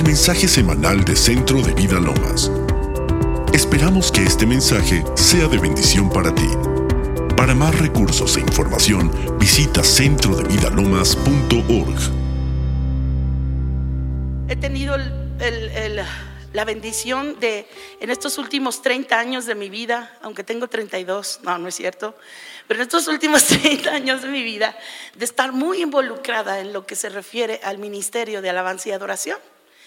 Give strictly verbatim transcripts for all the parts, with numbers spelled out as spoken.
mensaje semanal de Centro de Vida Lomas. Esperamos que este mensaje sea de bendición para ti. Para más recursos e información, visita centro de vida lomas punto org. He tenido el, el, el, la bendición de, en estos últimos treinta años de mi vida, aunque tengo treinta y dos, no, no es cierto, pero en estos últimos treinta años de mi vida, de estar muy involucrada en lo que se refiere al ministerio de alabanza y adoración.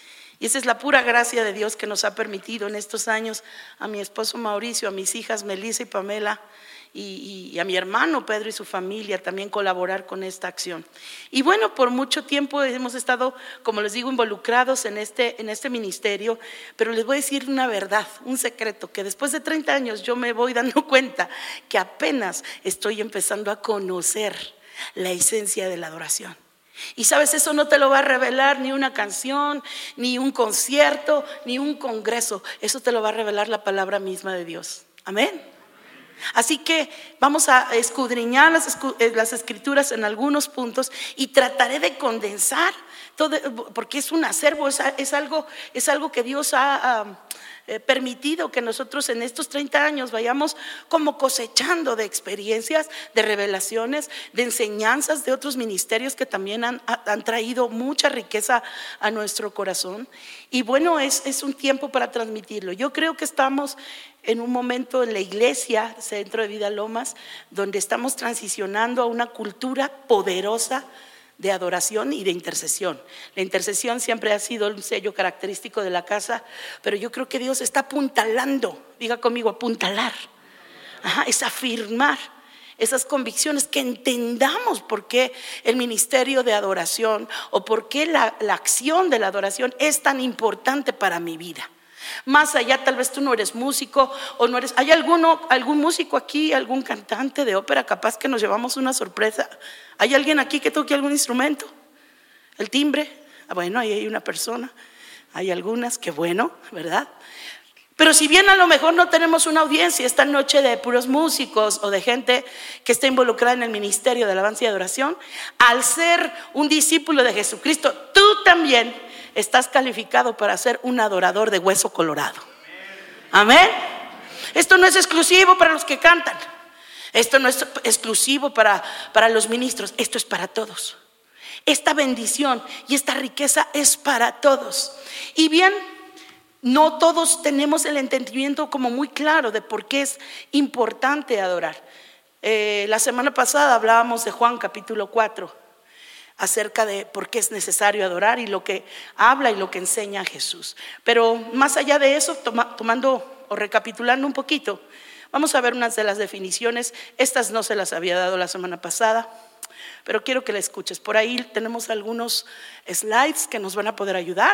Y esa es la pura gracia de Dios que nos ha permitido en estos años a mi esposo Mauricio, a mis hijas Melissa y Pamela, y, y a mi hermano Pedro y su familia también colaborar con esta acción. Y bueno, por mucho tiempo hemos estado, como les digo, involucrados en este, en este ministerio, pero les voy a decir una verdad, un secreto, que después de treinta años yo me voy dando cuenta que apenas estoy empezando a conocer la esencia de la adoración. Y sabes, eso no te lo va a revelar ni una canción, ni un concierto, ni un congreso. Eso te lo va a revelar la palabra misma de Dios. Amén. Así que vamos a escudriñar las, las escrituras en algunos puntos y trataré de condensar todo, porque es un acervo, es, es, algo, es algo que Dios ha um, eh, permitido que nosotros en estos treinta años vayamos como cosechando de experiencias, de revelaciones, de enseñanzas de otros ministerios que también han, han traído mucha riqueza a nuestro corazón. Y bueno, es, es un tiempo para transmitirlo. Yo creo que estamos en un momento en la iglesia, Centro de Vida Lomas, donde estamos transicionando a una cultura poderosa de adoración y de intercesión. La intercesión siempre ha sido un sello característico de la casa, pero yo creo que Dios está apuntalando, diga conmigo, apuntalar. Ajá, es afirmar esas convicciones, que entendamos por qué el ministerio de adoración o por qué la, la acción de la adoración es tan importante para mi vida. Más allá, tal vez tú no eres músico o no eres, ¿hay alguno, algún músico aquí, algún cantante de ópera? Capaz que nos llevamos una sorpresa. ¿Hay alguien aquí que toque algún instrumento? ¿El timbre? Ah, bueno, ahí hay una persona. Hay algunas, qué bueno, ¿verdad? Pero si bien a lo mejor no tenemos una audiencia esta noche de puros músicos o de gente que está involucrada en el ministerio de alabanza y adoración, al ser un discípulo de Jesucristo, tú también estás calificado para ser un adorador de hueso colorado. Amén. Esto no es exclusivo para los que cantan. Esto no es exclusivo para, para los ministros. Esto es para todos. Esta bendición y esta riqueza es para todos. Y bien, no todos tenemos el entendimiento como muy claro de por qué es importante adorar. Eh, la semana pasada hablábamos de Juan capítulo cuatro, acerca de por qué es necesario adorar y lo que habla y lo que enseña Jesús. Pero más allá de eso, toma, tomando o recapitulando un poquito, vamos a ver unas de las definiciones. Estas no se las había dado la semana pasada, pero quiero que la escuches. Por ahí tenemos algunos slides que nos van a poder ayudar.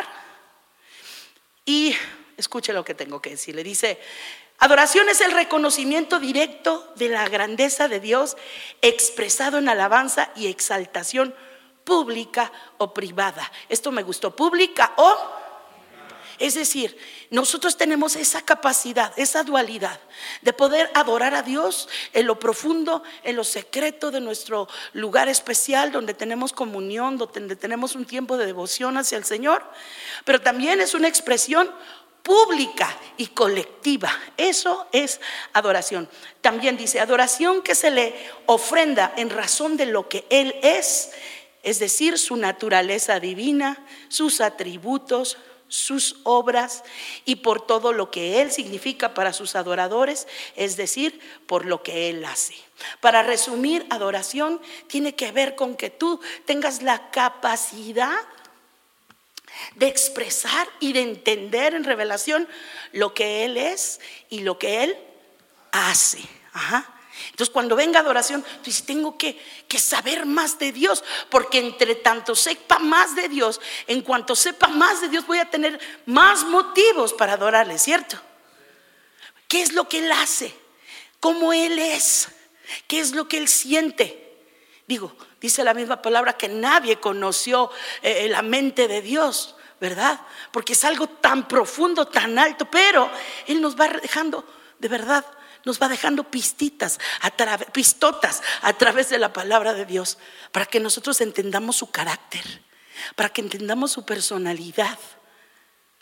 Y escuche lo que tengo que decir. Le dice: adoración es el reconocimiento directo de la grandeza de Dios, expresado en alabanza y exaltación pública o privada. Esto me gustó, pública o, es decir, nosotros tenemos esa capacidad, esa dualidad de poder adorar a Dios en lo profundo, en lo secreto de nuestro lugar especial, donde tenemos comunión, donde tenemos un tiempo de devoción hacia el Señor, pero también es una expresión pública y colectiva. Eso es adoración. También dice: adoración que se le ofrenda en razón de lo que Él es, es decir, su naturaleza divina, sus atributos, sus obras y por todo lo que Él significa para sus adoradores, es decir, por lo que Él hace. Para resumir, adoración tiene que ver con que tú tengas la capacidad de expresar y de entender en revelación lo que Él es y lo que Él hace. Ajá. Entonces, cuando venga adoración, tú dices: tengo que, que saber más de Dios, porque entre tanto sepa más de Dios, en cuanto sepa más de Dios, voy a tener más motivos para adorarle, ¿cierto? ¿Qué es lo que Él hace? ¿Cómo Él es? ¿Qué es lo que Él siente? Digo, dice la misma palabra que nadie conoció eh, la mente de Dios, ¿verdad? Porque es algo tan profundo, tan alto, pero Él nos va dejando, de verdad, nos va dejando pistitas, a tra- pistotas a través de la palabra de Dios, para que nosotros entendamos su carácter, para que entendamos su personalidad.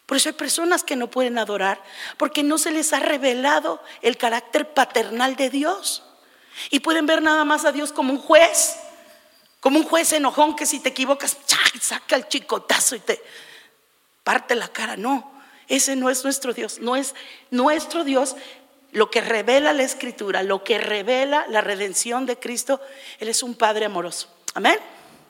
Por eso hay personas que no pueden adorar, porque no se les ha revelado el carácter paternal de Dios. Y pueden ver nada más a Dios como un juez, como un juez enojón que si te equivocas, saca el chicotazo y te parte la cara. No, ese no es nuestro Dios. No es nuestro Dios. Lo que revela la Escritura, lo que revela la redención de Cristo, Él es un Padre amoroso. Amén.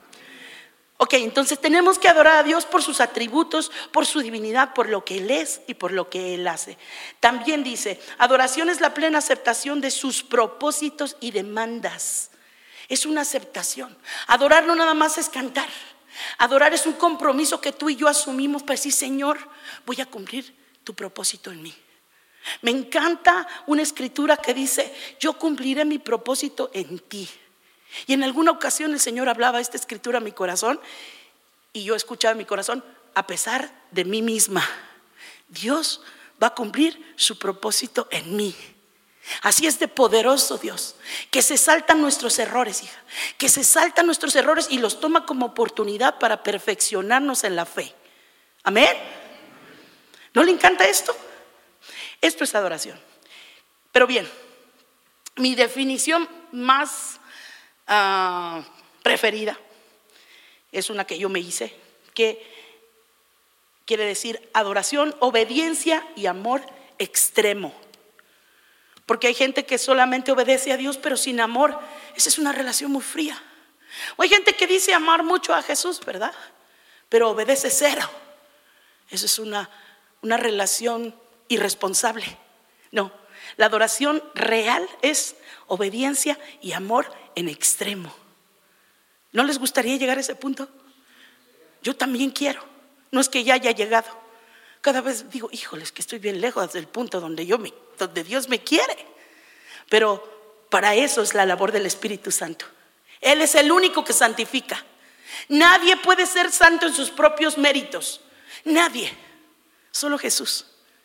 Ok, entonces tenemos que adorar a Dios por sus atributos, por su divinidad, por lo que Él es y por lo que Él hace. También dice, adoración es la plena aceptación de sus propósitos y demandas. Es una aceptación. Adorar no nada más es cantar. Adorar es un compromiso que tú y yo asumimos para decir, Señor, voy a cumplir tu propósito en mí. Me encanta una escritura que dice, yo cumpliré mi propósito en ti. Y en alguna ocasión el Señor hablaba esta escritura a mi corazón, y yo escuchaba en mi corazón, a pesar de mí misma, Dios va a cumplir su propósito en mí. Así es de poderoso Dios, que se saltan nuestros errores, hija, que se saltan nuestros errores y los toma como oportunidad para perfeccionarnos en la fe. Amén. ¿No le encanta esto? Esto es adoración. Pero bien, mi definición más Uh, preferida es una que yo me hice, que quiere decir adoración, obediencia y amor extremo. Porque hay gente que solamente obedece a Dios pero sin amor. Esa es una relación muy fría. O hay gente que dice amar mucho a Jesús, ¿verdad? Pero obedece cero. Esa es una, una relación irresponsable. No, la adoración real es obediencia y amor en extremo. ¿No les gustaría llegar a ese punto? Yo también quiero. No es que ya haya llegado. Cada vez digo, híjoles, que estoy bien lejos del punto donde, yo me, donde Dios me quiere. Pero para eso es la labor del Espíritu Santo. Él es el único que santifica. Nadie puede ser santo en sus propios méritos. Nadie. Solo Jesús.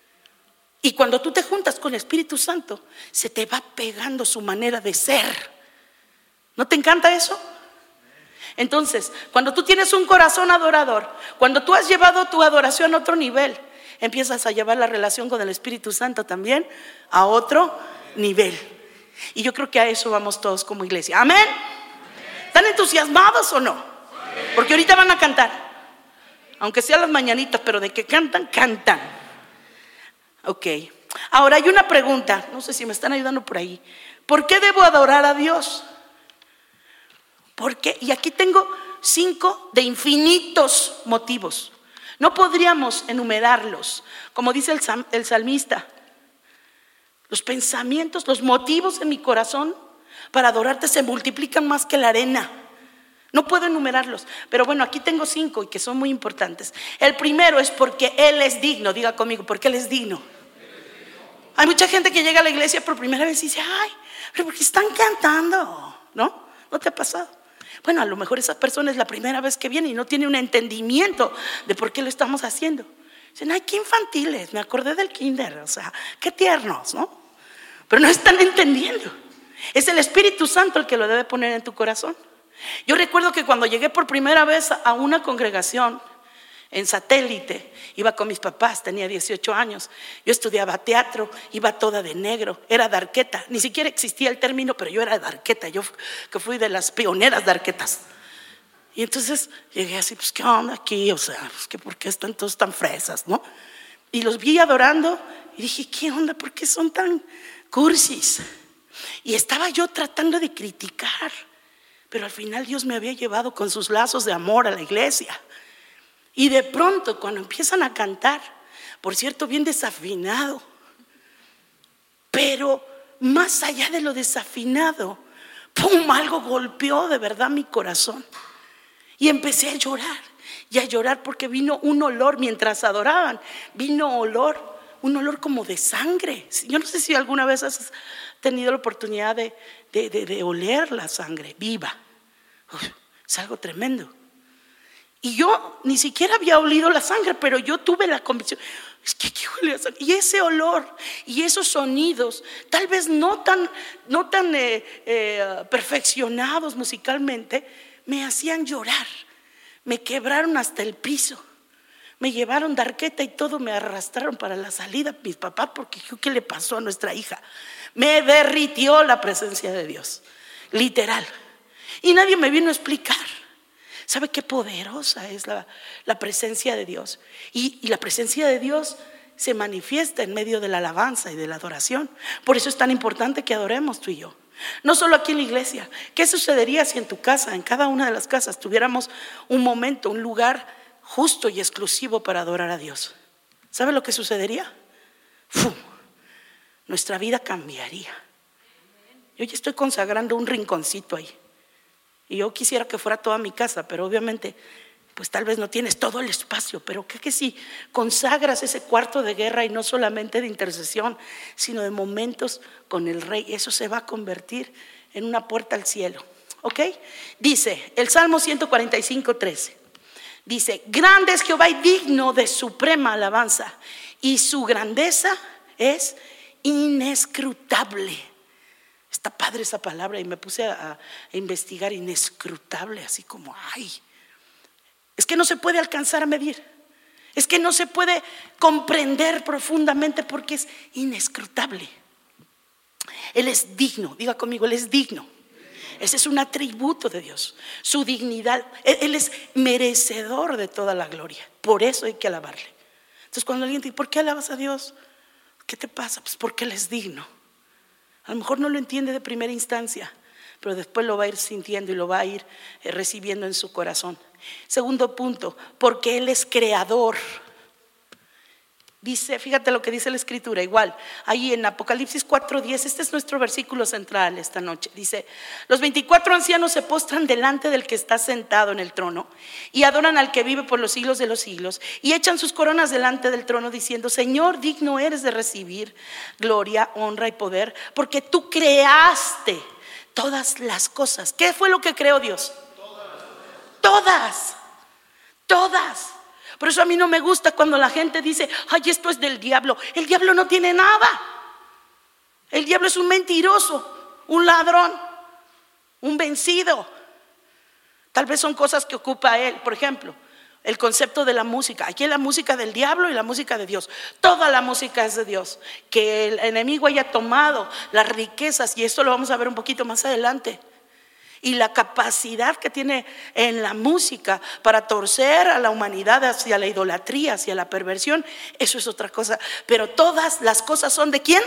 Y cuando tú te juntas con el Espíritu Santo, se te va pegando su manera de ser. ¿No te encanta eso? Entonces, cuando tú tienes un corazón adorador, cuando tú has llevado tu adoración a otro nivel, empiezas a llevar la relación con el Espíritu Santo también a otro nivel. Y yo creo que a eso vamos todos como iglesia. Amén. ¿Están entusiasmados o no? Porque ahorita van a cantar, aunque sean las mañanitas, pero de que cantan, cantan. Ok, ahora hay una pregunta, no sé si me están ayudando por ahí. ¿Por qué debo adorar a Dios? ¿Por qué? Y aquí tengo cinco de infinitos motivos. No podríamos enumerarlos. Como dice el, el salmista, los pensamientos, los motivos en mi corazón para adorarte se multiplican más que la arena. No puedo enumerarlos, pero bueno, aquí tengo cinco y que son muy importantes. El primero es porque Él es digno. Diga conmigo, porque Él es digno. Hay mucha gente que llega a la iglesia por primera vez y dice, ay, pero ¿por qué están cantando? ¿No? ¿No te ha pasado? Bueno, a lo mejor esa persona es la primera vez que viene y no tiene un entendimiento de por qué lo estamos haciendo. Dicen, ay, qué infantiles, me acordé del kinder, o sea, qué tiernos, ¿no? Pero no están entendiendo. Es el Espíritu Santo el que lo debe poner en tu corazón. Yo recuerdo que cuando llegué por primera vez a una congregación en Satélite, iba con mis papás, tenía dieciocho años. Yo estudiaba teatro, iba toda de negro, era darqueta. Ni siquiera existía el término, pero yo era darqueta. Yo que fui de las pioneras darquetas. Y entonces llegué así, pues ¿qué onda aquí? O sea, pues que ¿por qué están todos tan fresas, no? Y los vi adorando y dije, ¿qué onda? ¿Por qué son tan cursis? Y estaba yo tratando de criticar, pero al final Dios me había llevado con sus lazos de amor a la iglesia. Y de pronto cuando empiezan a cantar, por cierto, bien desafinado, pero más allá de lo desafinado, ¡pum!, algo golpeó de verdad mi corazón. Y empecé a llorar, y a llorar porque vino un olor mientras adoraban, vino olor, un olor como de sangre. Yo no sé si alguna vez has tenido la oportunidad de, de, de, de oler la sangre viva. Uf, es algo tremendo. Y yo ni siquiera había olido la sangre, pero yo tuve la convicción, es que aquí huele a sangre. Y ese olor y esos sonidos, tal vez no tan, no tan eh, eh, perfeccionados musicalmente, me hacían llorar, me quebraron hasta el piso. Me llevaron de arqueta y todo, me arrastraron para la salida mis papás, porque ¿qué le pasó a nuestra hija? Me derritió la presencia de Dios, literal. Y nadie me vino a explicar. ¿Sabe qué poderosa es la, la presencia de Dios? Y, y la presencia de Dios se manifiesta en medio de la alabanza y de la adoración. Por eso es tan importante que adoremos tú y yo. No solo aquí en la iglesia. ¿Qué sucedería si en tu casa, en cada una de las casas, tuviéramos un momento, un lugar justo y exclusivo para adorar a Dios? ¿Sabe lo que sucedería? ¡Fum! Nuestra vida cambiaría. Yo ya estoy consagrando un rinconcito ahí. Y yo quisiera que fuera toda mi casa, pero obviamente pues tal vez no tienes todo el espacio. Pero ¿qué que si consagras ese cuarto de guerra, y no solamente de intercesión, sino de momentos con el Rey? Eso se va a convertir en una puerta al cielo. ¿Ok? Dice el Salmo ciento cuarenta y cinco, trece. Dice: grande es Jehová y digno de suprema alabanza, y su grandeza es inescrutable. Está padre esa palabra, y me puse a, a investigar. Inescrutable, así como ay. Es que no se puede alcanzar a medir. Es que no se puede comprender profundamente, porque es inescrutable. Él es digno, diga conmigo, Él es digno. Ese es un atributo de Dios, su dignidad. Él es merecedor de toda la gloria. Por eso hay que alabarle. Entonces cuando alguien dice: ¿por qué alabas a Dios? ¿Qué te pasa? Pues porque Él es digno. A lo mejor no lo entiende de primera instancia, pero después lo va a ir sintiendo y lo va a ir recibiendo en su corazón. Segundo punto, porque Él es creador. Dice, fíjate lo que dice la escritura, igual, ahí en Apocalipsis cuatro diez, este es nuestro versículo central esta noche. Dice: los veinticuatro ancianos se postran delante del que está sentado en el trono y adoran al que vive por los siglos de los siglos, y echan sus coronas delante del trono diciendo: Señor, digno eres de recibir gloria, honra y poder, porque tú creaste todas las cosas. ¿Qué fue lo que creó Dios? Todas, todas. Por eso a mí no me gusta cuando la gente dice: ay, esto es del diablo. El diablo no tiene nada. El diablo es un mentiroso, un ladrón, un vencido. Tal vez son cosas que ocupa él. Por ejemplo, el concepto de la música. Aquí hay la música del diablo y la música de Dios. Toda la música es de Dios. Que el enemigo haya tomado las riquezas, y esto lo vamos a ver un poquito más adelante, y la capacidad que tiene en la música para torcer a la humanidad hacia la idolatría, hacia la perversión, eso es otra cosa. Pero todas las cosas son ¿de quién?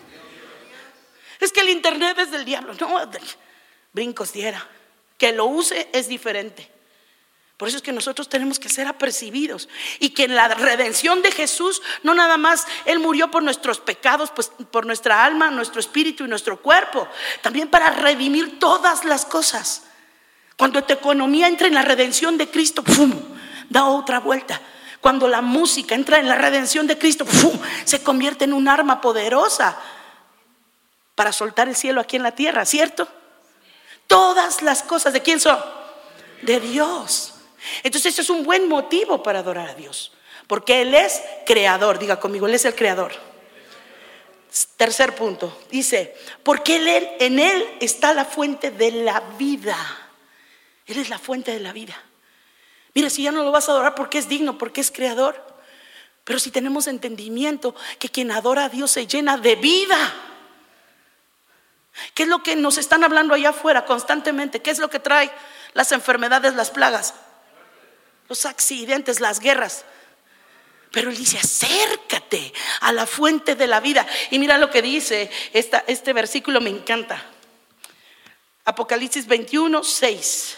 Es que el internet es del diablo. No, brincos diera. Que lo use es diferente. Por eso es que nosotros tenemos que ser apercibidos, y que en la redención de Jesús no nada más Él murió por nuestros pecados, pues por nuestra alma, nuestro espíritu y nuestro cuerpo, también para redimir todas las cosas. Cuando tu economía entra en la redención de Cristo, ¡pum!, da otra vuelta. Cuando la música entra en la redención de Cristo, ¡pum!, se convierte en un arma poderosa para soltar el cielo aquí en la tierra, ¿cierto? Todas las cosas, ¿de quién son? De Dios. Entonces eso es un buen motivo para adorar a Dios, porque Él es creador. Diga conmigo, Él es el creador. Tercer punto, dice: porque él, en Él está la fuente de la vida. Él es la fuente de la vida. Mira, si ya no lo vas a adorar porque es digno, porque es creador, pero si tenemos entendimiento que quien adora a Dios se llena de vida. ¿Qué es lo que nos están hablando allá afuera constantemente? ¿Qué es lo que trae las enfermedades, las plagas, los accidentes, las guerras? Pero Él dice: acércate a la fuente de la vida. Y mira lo que dice esta, este versículo, me encanta. Apocalipsis veintiuno, seis.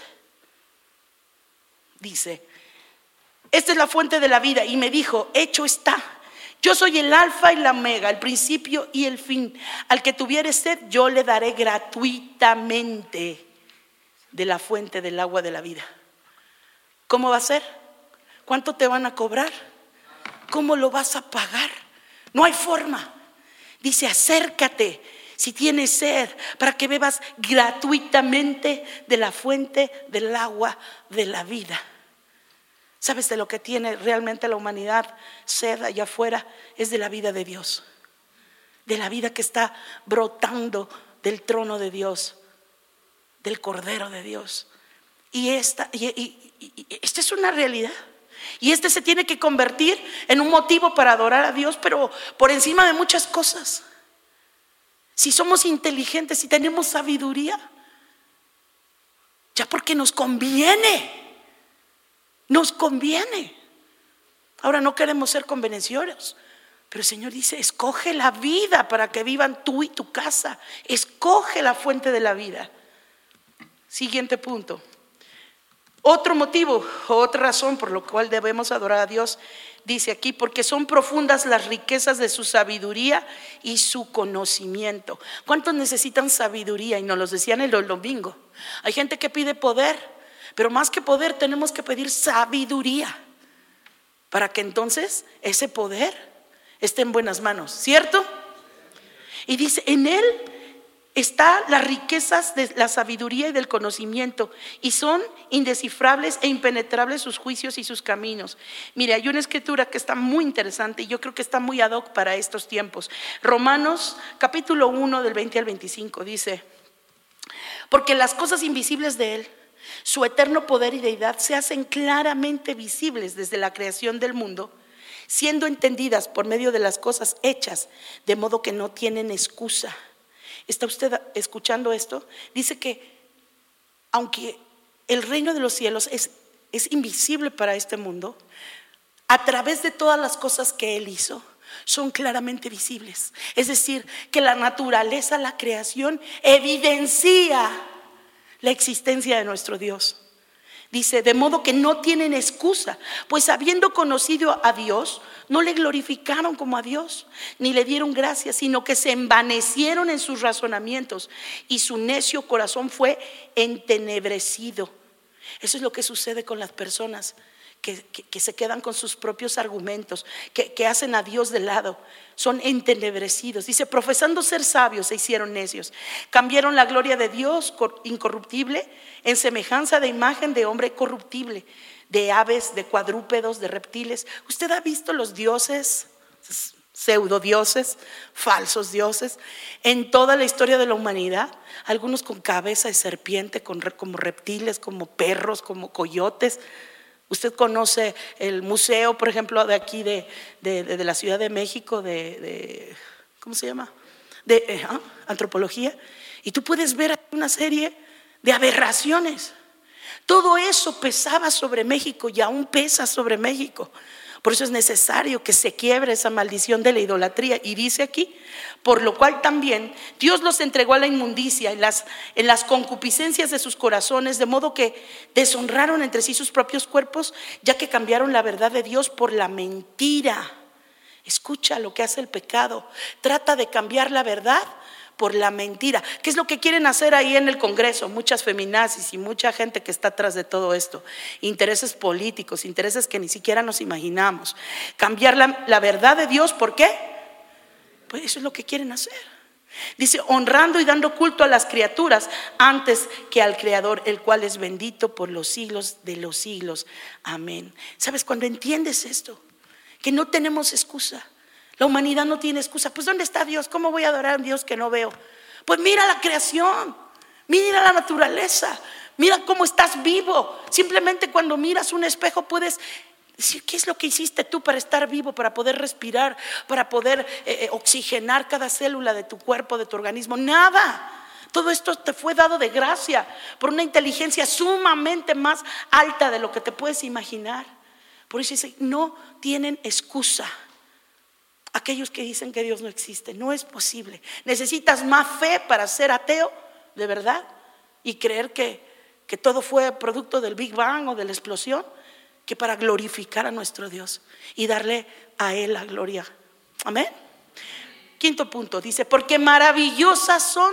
Dice: esta es la fuente de la vida. Y me dijo: hecho está. Yo soy el alfa y la omega, el principio y el fin. Al que tuviere sed, yo le daré gratuitamente de la fuente del agua de la vida. ¿Cómo va a ser? ¿Cuánto te van a cobrar? ¿Cómo lo vas a pagar? No hay forma. Dice: acércate si tienes sed, para que bebas gratuitamente de la fuente del agua de la vida. ¿Sabes de lo que tiene realmente la humanidad sed allá afuera? Es de la vida de Dios, de la vida que está brotando del trono de Dios, del Cordero de Dios. Y esta, y, y, y, esta es una realidad. Y este se tiene que convertir en un motivo para adorar a Dios, pero por encima de muchas cosas. Si somos inteligentes, si tenemos sabiduría, ya porque nos conviene, nos conviene. Ahora no queremos ser convenencieros, pero el Señor dice: escoge la vida para que vivan tú y tu casa. Escoge la fuente de la vida. Siguiente punto. Otro motivo, otra razón por la cual debemos adorar a Dios, dice aquí: porque son profundas las riquezas de su sabiduría y su conocimiento. ¿Cuántos necesitan sabiduría? Y nos los decían el domingo. Hay gente que pide poder, pero más que poder tenemos que pedir sabiduría, para que entonces ese poder esté en buenas manos, ¿cierto? Y dice: en él están las riquezas de la sabiduría y del conocimiento, y son indescifrables e impenetrables sus juicios y sus caminos. Mire, hay una escritura que está muy interesante y yo creo que está muy ad hoc para estos tiempos. Romanos capítulo uno del veinte al veinticinco dice: porque las cosas invisibles de él, su eterno poder y deidad, se hacen claramente visibles desde la creación del mundo, siendo entendidas por medio de las cosas hechas, de modo que no tienen excusa. ¿Está usted escuchando esto? Dice que aunque el reino de los cielos es, es invisible para este mundo, a través de todas las cosas que Él hizo, son claramente visibles. Es decir, que la naturaleza, la creación, evidencia la existencia de nuestro Dios. Dice: de modo que no tienen excusa, pues habiendo conocido a Dios, no le glorificaron como a Dios, ni le dieron gracias, sino que se envanecieron en sus razonamientos, y su necio corazón fue entenebrecido. Eso es lo que sucede con las personas que, que, que se quedan con sus propios argumentos, que, que hacen a Dios de lado. Son entenebrecidos. Dice: profesando ser sabios, se hicieron necios. Cambiaron la gloria de Dios incorruptible en semejanza de imagen de hombre corruptible, de aves, de cuadrúpedos, de reptiles. ¿Usted ha visto los dioses, pseudodioses, falsos dioses, en toda la historia de la humanidad? Algunos con cabeza de serpiente, con, como reptiles, como perros, como coyotes. Usted conoce el museo, por ejemplo, de aquí de, de, de, de la Ciudad de México, de, de ¿cómo se llama? De eh, ¿ah? antropología. Y tú puedes ver una serie de aberraciones. Todo eso pesaba sobre México y aún pesa sobre México. Por eso es necesario que se quiebre esa maldición de la idolatría. Y dice aquí: por lo cual también Dios los entregó a la inmundicia en las, en las concupiscencias de sus corazones, de modo que deshonraron entre sí sus propios cuerpos, ya que cambiaron la verdad de Dios por la mentira. Escucha lo que hace el pecado: trata de cambiar la verdad por la mentira. ¿Qué es lo que quieren hacer ahí en el Congreso? Muchas feminazis y mucha gente que está atrás de todo esto. Intereses políticos, intereses que ni siquiera nos imaginamos. Cambiar la, la verdad de Dios, ¿por qué? Pues eso es lo que quieren hacer. Dice: honrando y dando culto a las criaturas antes que al Creador, el cual es bendito por los siglos de los siglos. Amén. ¿Sabes? Cuando entiendes esto, que no tenemos excusa. La humanidad no tiene excusa. Pues ¿dónde está Dios? ¿Cómo voy a adorar a un Dios que no veo? Pues mira la creación, mira la naturaleza, mira cómo estás vivo. Simplemente cuando miras un espejo puedes decir: ¿qué es lo que hiciste tú para estar vivo, para poder respirar, para poder eh, oxigenar cada célula de tu cuerpo, de tu organismo? Nada. Todo esto te fue dado de gracia por una inteligencia sumamente más alta de lo que te puedes imaginar. Por eso dice: no tienen excusa. Aquellos que dicen que Dios no existe, no es posible. Necesitas más fe para ser ateo, de verdad, y creer que, que todo fue producto del Big Bang o de la explosión, que para glorificar a nuestro Dios y darle a Él la gloria. Amén. Quinto punto, dice: porque maravillosas son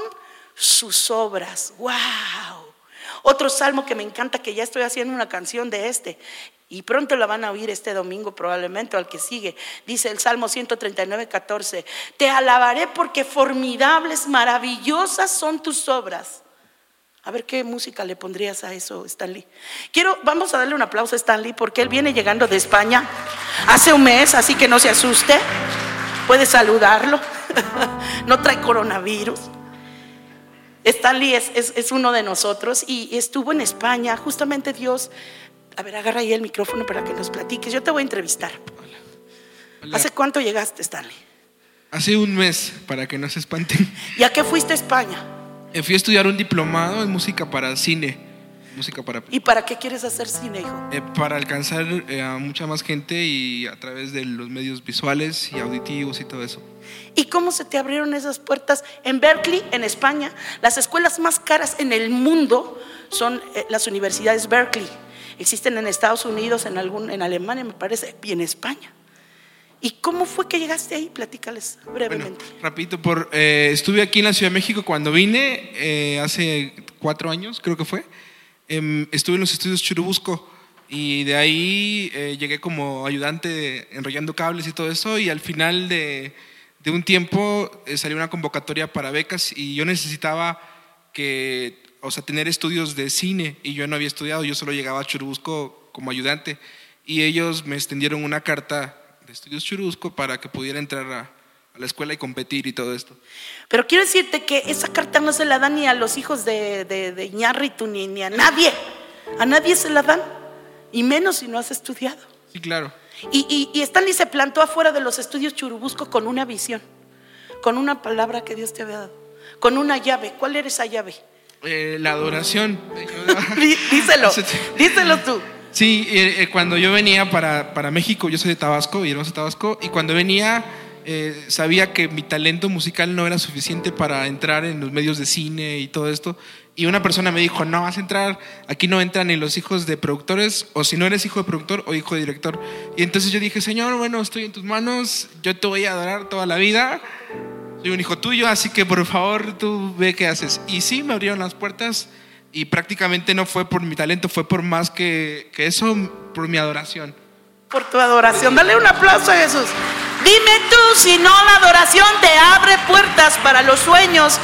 sus obras. Wow. Otro salmo que me encanta, que ya estoy haciendo una canción de este, y pronto la van a oír este domingo probablemente, o al que sigue. Dice el Salmo ciento treinta y nueve, catorce: te alabaré porque formidables, maravillosas son tus obras. A ver qué música le pondrías a eso, Stanley. Quiero, vamos a darle un aplauso a Stanley, porque él viene llegando de España hace un mes, así que no se asuste. Puede saludarlo. No trae coronavirus. Stanley es, es, es uno de nosotros y estuvo en España. Justamente Dios A ver, agarra ahí el micrófono para que nos platiques. Yo te voy a entrevistar. Hola. Hola. ¿Hace cuánto llegaste, Stanley? Hace un mes, para que no se espanten. ¿Y a qué fuiste a España? Eh, Fui a estudiar un diplomado en música para cine. Música para, ¿Y para qué quieres hacer cine, hijo? eh, para alcanzar eh, a mucha más gente y a través de los medios visuales y auditivos y todo eso. ¿Y cómo se te abrieron esas puertas? En Berkeley, en España, las escuelas más caras en el mundo son eh, las universidades Berkeley. Existen en Estados Unidos, en, algún, en Alemania, me parece, y en España. ¿Y cómo fue que llegaste ahí? Platícales brevemente. Bueno, rapidito, por, eh, estuve aquí en la Ciudad de México cuando vine, eh, hace cuatro años creo que fue. Eh, estuve en los estudios Churubusco y de ahí eh, llegué como ayudante enrollando cables y todo eso, y al final de, de un tiempo eh, salió una convocatoria para becas y yo necesitaba que, o sea, tener estudios de cine, y yo no había estudiado, yo solo llegaba a Churubusco como ayudante, y ellos me extendieron una carta de estudios Churubusco para que pudiera entrar a, a la escuela y competir y todo esto. Pero quiero decirte que esa carta no se la dan ni a los hijos de, de, de Iñárritu ni, ni a nadie. A nadie se la dan, y menos si no has estudiado. Sí, claro. Y, y, y Stanley se plantó afuera de los estudios Churubusco con una visión, con una palabra que Dios te había dado, con una llave. ¿Cuál era esa llave? Eh, la adoración. Díselo, díselo tú. Sí, eh, cuando yo venía para, para México, yo soy de Tabasco, Villahermosa, Tabasco, y cuando venía eh, sabía que mi talento musical no era suficiente para entrar en los medios de cine y todo esto, y una persona me dijo, no vas a entrar, aquí no entran ni los hijos de productores, o si no eres hijo de productor o hijo de director. Y entonces yo dije, Señor, bueno, estoy en tus manos, yo te voy a adorar toda la vida, soy un hijo tuyo, así que por favor tú ve qué haces. Y sí, me abrieron las puertas. Y prácticamente no fue por mi talento, fue por más que, que eso, por mi adoración. Por tu adoración. Dale un aplauso a Jesús. Dime tú si no la adoración te abre puertas para los sueños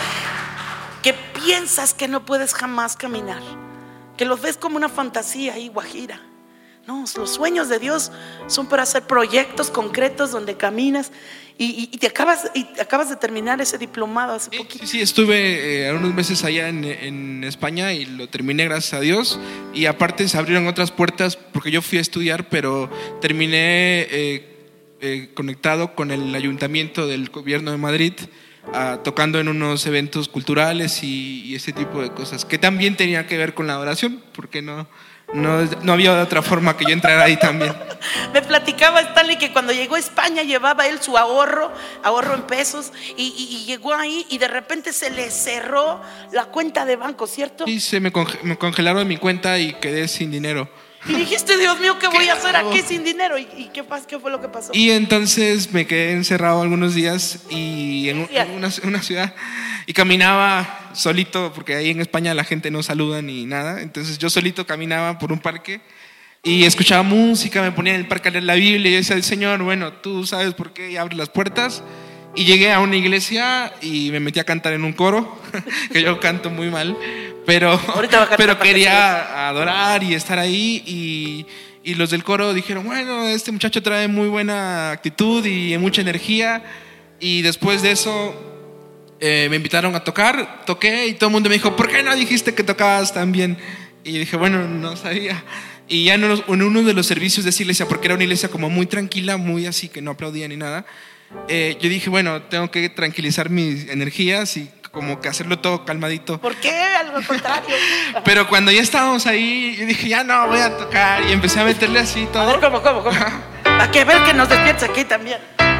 que piensas que no puedes jamás caminar, que los ves como una fantasía ahí guajira. No, los sueños de Dios son para hacer proyectos concretos donde caminas y, y, y, te, acabas, y te acabas de terminar ese diplomado hace Sí, poquito. sí, sí, estuve eh, unos meses allá en, en España y lo terminé, gracias a Dios. Y aparte se abrieron otras puertas porque yo fui a estudiar, pero terminé eh, eh, conectado con el ayuntamiento del gobierno de Madrid, uh, tocando en unos eventos culturales y, y ese tipo de cosas, que también tenía que ver con la adoración, porque no... No, no había otra forma que yo entrara ahí también. Me platicaba Stanley que cuando llegó a España llevaba él su ahorro, ahorro en pesos, y, y, y llegó ahí y de repente se le cerró la cuenta de banco, ¿cierto? Sí, se me, conge- me congelaron mi cuenta y quedé sin dinero. Y dijiste, Dios mío, ¿qué voy a hacer hago? aquí sin dinero? ¿Y, y qué, pas- qué fue lo que pasó? Y entonces me quedé encerrado algunos días y en, un- en una, en una ciudad, y caminaba solito, porque ahí en España la gente no saluda ni nada. Entonces yo solito caminaba por un parque y escuchaba música, me ponía en el parque a leer la Biblia y yo decía, Señor, bueno, tú sabes por qué, y abre las puertas. Y llegué a una iglesia y me metí a cantar en un coro, que yo canto muy mal, pero, pero quería adorar y estar ahí. Y, y los del coro dijeron, bueno, este muchacho trae muy buena actitud y mucha energía. Y después de eso eh, me invitaron a tocar, toqué y todo el mundo me dijo, ¿por qué no dijiste que tocabas tan bien? Y dije, bueno, no sabía. Y ya en uno, en uno de los servicios de esa iglesia, porque era una iglesia como muy tranquila, muy así, que no aplaudía ni nada, eh, yo dije, bueno, tengo que tranquilizar mis energías y como que hacerlo todo calmadito. ¿Por qué? Al contrario. Pero cuando ya estábamos ahí, yo dije, ya no, voy a tocar. Y empecé a meterle así todo. A ver, ¿cómo, cómo, cómo? Hay que ver que nos despiertes aquí también.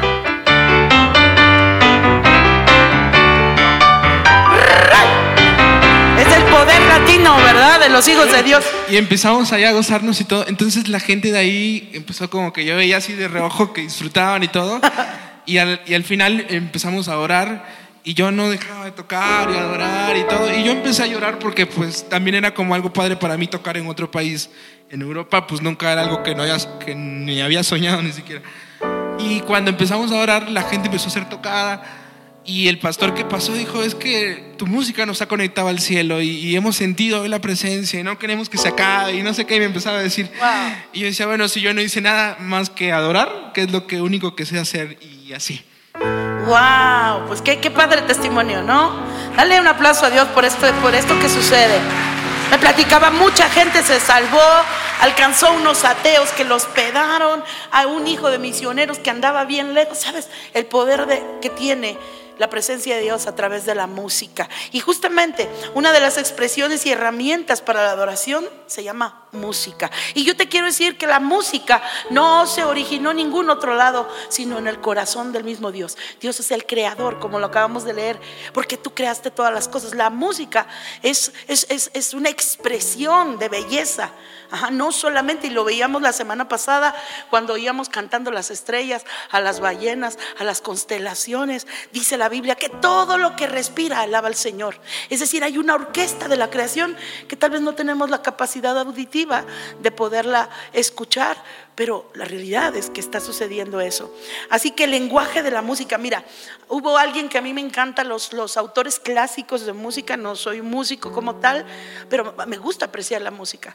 Es el poder latino, ¿verdad? De los hijos de Dios. Y empezamos allá a gozarnos y todo. Entonces la gente de ahí empezó como que yo veía así de reojo que disfrutaban y todo. Y al, y al final empezamos a orar y yo no dejaba de tocar y adorar y todo. Y yo empecé a llorar porque pues también era como algo padre para mí tocar en otro país. En Europa pues nunca era algo que, no había, que ni había soñado ni siquiera. Y cuando empezamos a orar la gente empezó a ser tocada. Y el pastor que pasó dijo, es que tu música nos ha conectado al cielo y, y hemos sentido hoy la presencia y no queremos que se acabe y no sé qué. Y me empezaba a decir, wow. Y yo decía, bueno, si yo no hice nada más que adorar, que es lo que único que sé hacer, y así. Wow, pues qué, qué padre testimonio, ¿no? Dale un aplauso a Dios por esto, por esto que sucede. Me platicaba, mucha gente se salvó, alcanzó a unos ateos que los hospedaron, a un hijo de misioneros que andaba bien lejos. ¿Sabes el poder de, que tiene la presencia de Dios a través de la música? Y justamente una de las expresiones y herramientas para la adoración se llama música. Y yo te quiero decir que la música no se originó en ningún otro lado, sino en el corazón del mismo Dios. Dios es el creador, como lo acabamos de leer, porque tú creaste todas las cosas. La música es, es, es, es una expresión de belleza. Ajá, no solamente, y lo veíamos la semana pasada cuando oíamos cantando las estrellas, a las ballenas, a las constelaciones. Dice la Biblia que todo lo que respira alaba al Señor. Es decir, hay una orquesta de la creación que tal vez no tenemos la capacidad auditiva de poderla escuchar, pero la realidad es que está sucediendo eso. Así que el lenguaje de la música, mira, hubo alguien que a mí me encanta, los, los autores clásicos de música. No soy músico como tal, pero me gusta apreciar la música.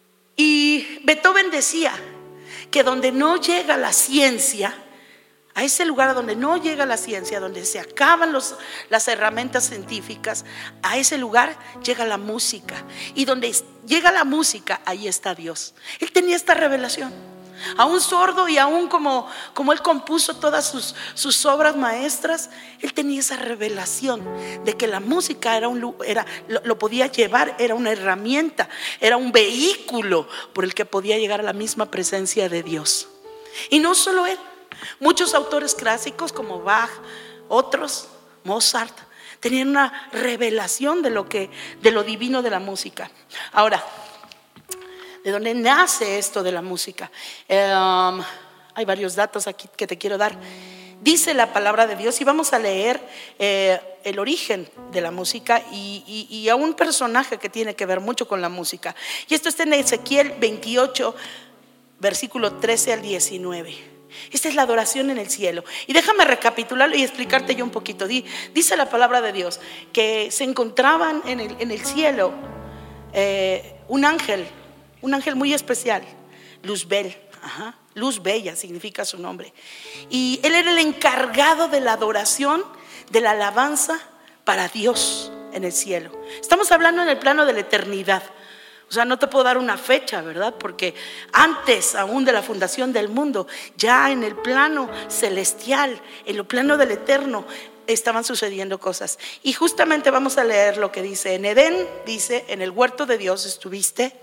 Y Beethoven decía que donde no llega la ciencia, a ese lugar donde no llega la ciencia, donde se acaban los, las herramientas científicas, a ese lugar llega la música. Y donde llega la música, ahí está Dios. Él tenía esta revelación. Aún sordo y aún como, como él compuso todas sus, sus obras maestras, él tenía esa revelación de que la música era un, era, lo, lo podía llevar, era una herramienta, era un vehículo por el que podía llegar a la misma presencia de Dios. Y no solo él, muchos autores clásicos como Bach, otros, Mozart, tenían una revelación de lo que, de lo divino de la música. Ahora, ¿de dónde nace esto de la música? Um, hay varios datos aquí que te quiero dar. Dice la palabra de Dios, y vamos a leer eh, el origen de la música y, y, y a un personaje que tiene que ver mucho con la música. Y esto está en Ezequiel veintiocho, versículo trece al diecinueve. Esta es la adoración en el cielo. Y déjame recapitularlo y explicarte yo un poquito. Dice la palabra de Dios que se encontraban en el, en el cielo eh, un ángel, un ángel muy especial, Luzbel, ajá, Luz Bella significa su nombre. Y él era el encargado de la adoración, de la alabanza para Dios en el cielo. Estamos hablando en el plano de la eternidad. O sea, no te puedo dar una fecha, ¿verdad? Porque antes aún de la fundación del mundo, ya en el plano celestial, en el plano del eterno, estaban sucediendo cosas. Y justamente vamos a leer lo que dice en Edén. Dice: en el huerto de Dios estuviste.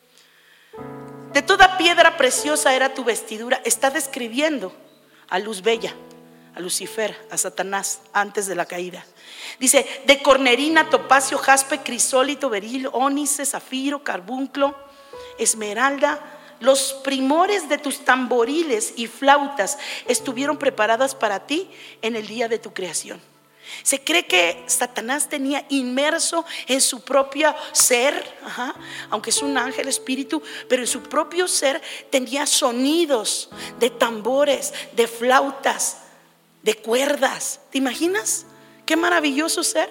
De toda piedra preciosa era tu vestidura. Está describiendo a Luz Bella, a Lucifer, a Satanás antes de la caída. Dice: de cornerina, topacio, jaspe, crisólito, berilo, ónice, zafiro, carbunclo, esmeralda. Los primores de tus tamboriles y flautas estuvieron preparadas para ti en el día de tu creación. Se cree que Satanás tenía inmerso en su propio ser, ajá, aunque es un ángel espíritu, pero en su propio ser tenía sonidos de tambores, de flautas, de cuerdas. ¿Te imaginas? Qué maravilloso ser.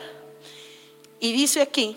Y dice aquí: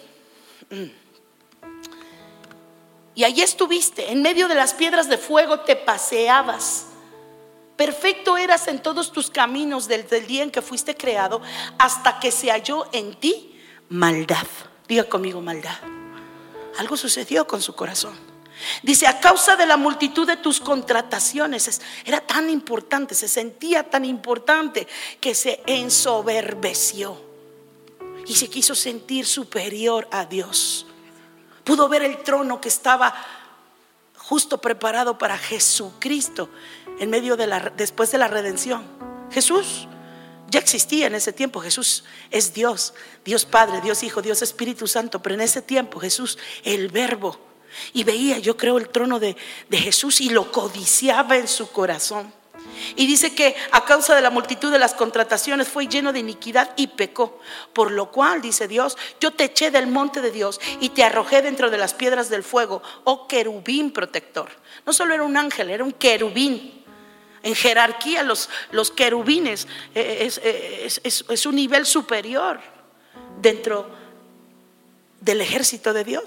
y allí estuviste, en medio de las piedras de fuego te paseabas. Perfecto eras en todos tus caminos desde el día en que fuiste creado hasta que se halló en ti maldad. Diga conmigo: maldad. Algo sucedió con su corazón. Dice: a causa de la multitud de tus contrataciones. Era tan importante, se sentía tan importante que se ensoberbeció y se quiso sentir superior a Dios. Pudo ver el trono que estaba justo preparado para Jesucristo en medio de la, después de la redención. Jesús ya existía en ese tiempo. Jesús es Dios, Dios Padre, Dios Hijo, Dios Espíritu Santo. Pero en ese tiempo Jesús, el Verbo, y veía, yo creo, el trono de, de Jesús y lo codiciaba en su corazón. Y dice que a causa de la multitud de las contrataciones fue lleno de iniquidad y pecó. Por lo cual, dice Dios: yo te eché del monte de Dios y te arrojé dentro de las piedras del fuego, oh querubín protector. No solo era un ángel, era un querubín. En jerarquía los, los querubines es, es, es, es un nivel superior dentro del ejército de Dios.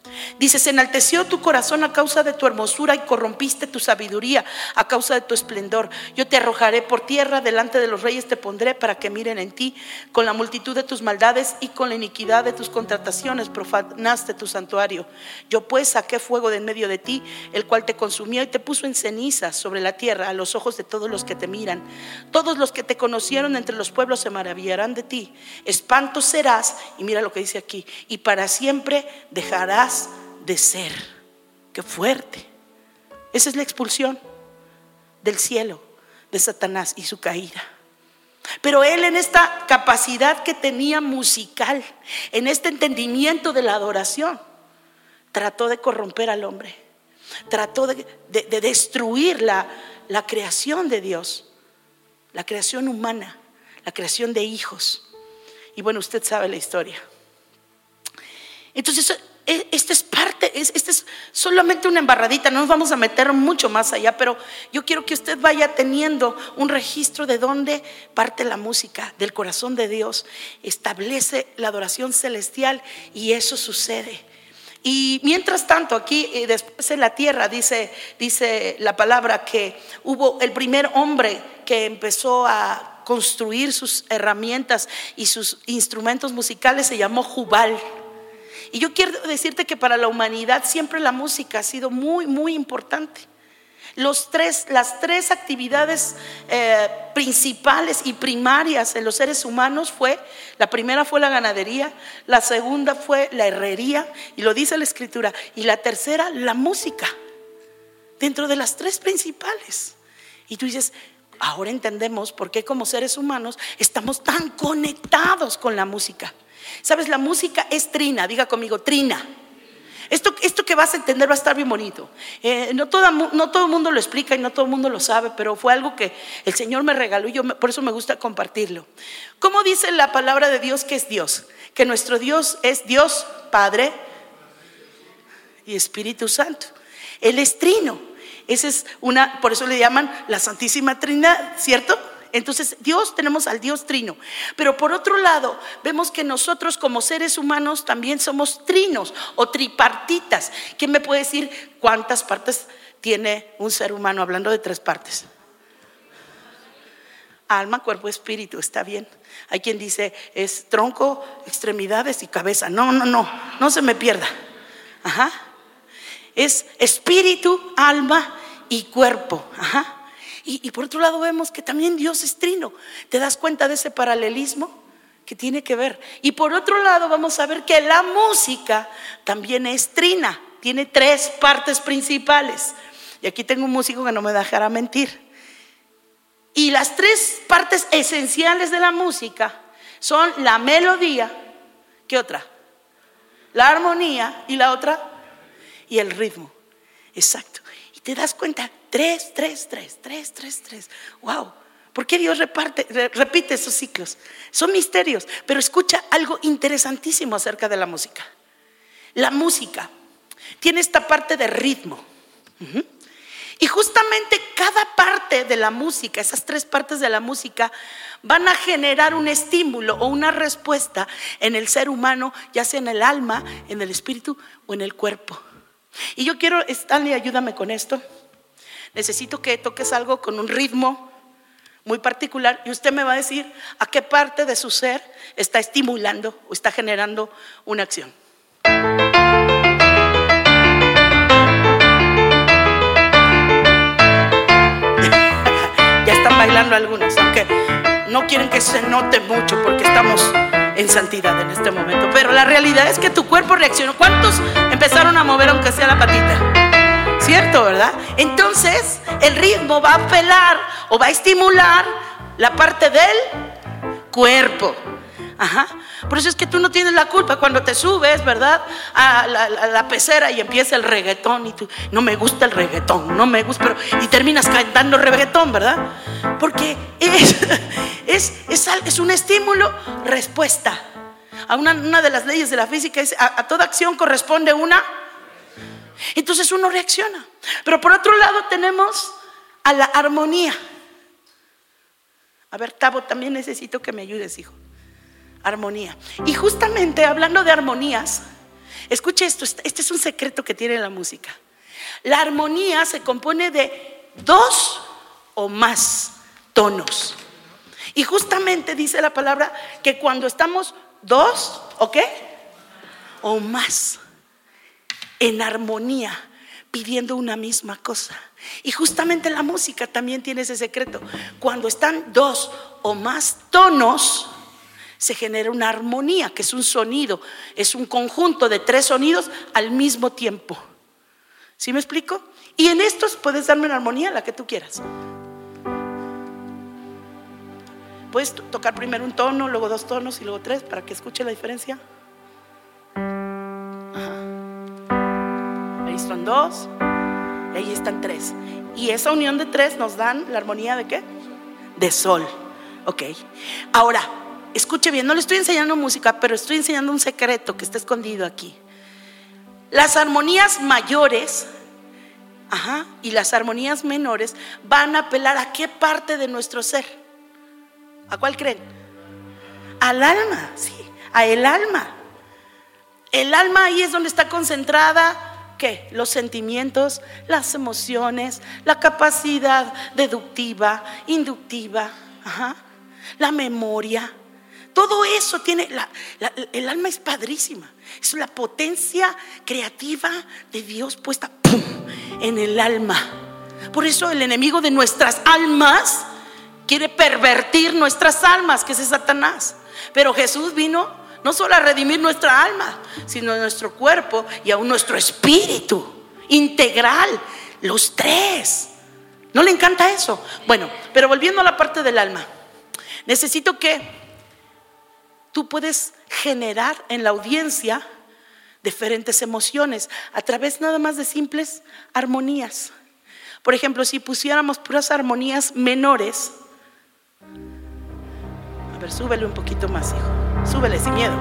Dice: se enalteció tu corazón a causa de tu hermosura y corrompiste tu sabiduría a causa de tu esplendor. Yo te arrojaré por tierra, delante de los reyes te pondré para que miren en ti. Con la multitud de tus maldades y con la iniquidad de tus contrataciones profanaste tu santuario. Yo pues saqué fuego de en medio de ti, el cual te consumió y te puso en cenizas sobre la tierra a los ojos de todos los que te miran. Todos los que te conocieron entre los pueblos se maravillarán de ti. Espanto serás, y mira lo que dice aquí, y para siempre dejarás de ser. Qué fuerte. Esa es la expulsión del cielo de Satanás y su caída. Pero él, en esta capacidad que tenía musical, en este entendimiento de la adoración, trató de corromper al hombre, trató de, de, de destruir la, la creación de Dios, la creación humana, la creación de hijos. Y bueno, usted sabe la historia. Entonces, esta es parte, esta es solamente una embarradita, no nos vamos a meter mucho más allá, pero yo quiero que usted vaya teniendo un registro de dónde parte la música, del corazón de Dios. Establece la adoración celestial y eso sucede. Y mientras tanto, aquí eh, después en la tierra dice, dice la palabra que hubo el primer hombre que empezó a construir sus herramientas y sus instrumentos musicales, se llamó Jubal. Y yo quiero decirte que para la humanidad siempre la música ha sido muy, muy importante. Los tres, las tres actividades eh, principales y primarias en los seres humanos fue: la primera fue la ganadería, la segunda fue la herrería, y lo dice la escritura, y la tercera, la música, dentro de las tres principales. Y tú dices: ahora entendemos por qué como seres humanos estamos tan conectados con la música. Sabes, la música es trina, diga conmigo, trina. Esto, esto que vas a entender va a estar bien bonito. eh, no, toda, no todo el mundo lo explica y no todo el mundo lo sabe, pero fue algo que el Señor me regaló y yo me, por eso me gusta compartirlo. ¿Cómo dice la palabra de Dios que es Dios? Que nuestro Dios es Dios Padre y Espíritu Santo. Él es trino. Esa es una, por eso le llaman la Santísima Trinidad, ¿cierto? Entonces Dios, tenemos al Dios trino. Pero por otro lado, vemos que nosotros como seres humanos también somos trinos o tripartitas. ¿Quién me puede decir cuántas partes tiene un ser humano? Hablando de tres partes: alma, cuerpo, espíritu. Está bien. Hay quien dice es tronco, extremidades y cabeza. No, no, no, no se me pierda. Ajá. Es espíritu, alma y cuerpo. Ajá. Y, y por otro lado vemos que también Dios es trino. ¿Te das cuenta de ese paralelismo que tiene que ver? Y por otro lado vamos a ver que la música también es trina. Tiene tres partes principales. Y aquí tengo un músico que no me dejará mentir. Y las tres partes esenciales de la música son la melodía. ¿Qué otra? La armonía. ¿Y la otra? Y el ritmo. Exacto. Y te das cuenta, tres, tres, tres, tres, tres, tres. Wow. ¿Por qué Dios reparte, repite esos ciclos? Son misterios. Pero escucha algo interesantísimo acerca de la música. La música tiene esta parte de ritmo. Uh-huh. Y justamente cada parte de la música, esas tres partes de la música, van a generar un estímulo o una respuesta en el ser humano, ya sea en el alma, en el espíritu o en el cuerpo. Y yo quiero, Stanley, ayúdame con esto. Necesito que toques algo con un ritmo muy particular y usted me va a decir a qué parte de su ser está estimulando o está generando una acción. Ya están bailando algunos, aunque no quieren que se note mucho porque estamos en santidad en este momento. Pero la realidad es que tu cuerpo reaccionó. ¿Cuántos empezaron a mover aunque sea la patita? ¿Cierto, verdad? Entonces el ritmo va a apelar o va a estimular la parte del cuerpo. Ajá. Por eso es que tú no tienes la culpa cuando te subes, ¿verdad?, a la, a la pecera y empieza el reggaetón y tú, no me gusta el reggaetón, no me gusta, pero, y terminas cantando reggaetón, ¿verdad? Porque es, es, es, es un estímulo respuesta. A una, una de las leyes de la física es a, a toda acción corresponde una. Entonces uno reacciona. Pero por otro lado tenemos a la armonía. A ver, Tavo, también necesito que me ayudes, hijo. Armonía. Y justamente hablando de armonías, Escuche esto, este es un secreto que tiene la música. La armonía se compone de dos o más tonos. Y justamente dice la palabra que cuando estamos dos, ¿o qué? O más en armonía, pidiendo una misma cosa. Y justamente la música también tiene ese secreto. Cuando están dos o más tonos, se genera una armonía, que es un sonido, es un conjunto de tres sonidos al mismo tiempo. ¿Sí me explico? Y en estos puedes darme una armonía, la que tú quieras. Puedes tocar primero un tono, luego dos tonos y luego tres, para que escuche la diferencia. Ajá. Ahí están dos, y ahí están tres. Y esa unión de tres nos dan la armonía de ¿qué? De sol. Ok. Ahora, escuche bien, no le estoy enseñando música, pero estoy enseñando un secreto que está escondido aquí. Las armonías mayores, ajá, y las armonías menores van a apelar a qué parte de nuestro ser. ¿A cuál creen? Al alma, sí, a el alma. El alma ahí es donde está concentrada, ¿qué? Los sentimientos, las emociones, la capacidad deductiva, inductiva, ajá, la memoria. Todo eso tiene, la, la, el alma es padrísima. Es la potencia creativa de Dios puesta ¡pum! En el alma. Por eso el enemigo de nuestras almas quiere pervertir nuestras almas, que es Satanás. Pero Jesús vino no solo a redimir nuestra alma, sino nuestro cuerpo y aún nuestro espíritu integral, los tres. ¿No le encanta eso? Bueno, pero volviendo a la parte del alma, necesito que tú puedes generar en la audiencia diferentes emociones a través nada más de simples armonías. Por ejemplo, si pusiéramos puras armonías menores. A ver, súbele un poquito más, hijo. Súbele sin miedo.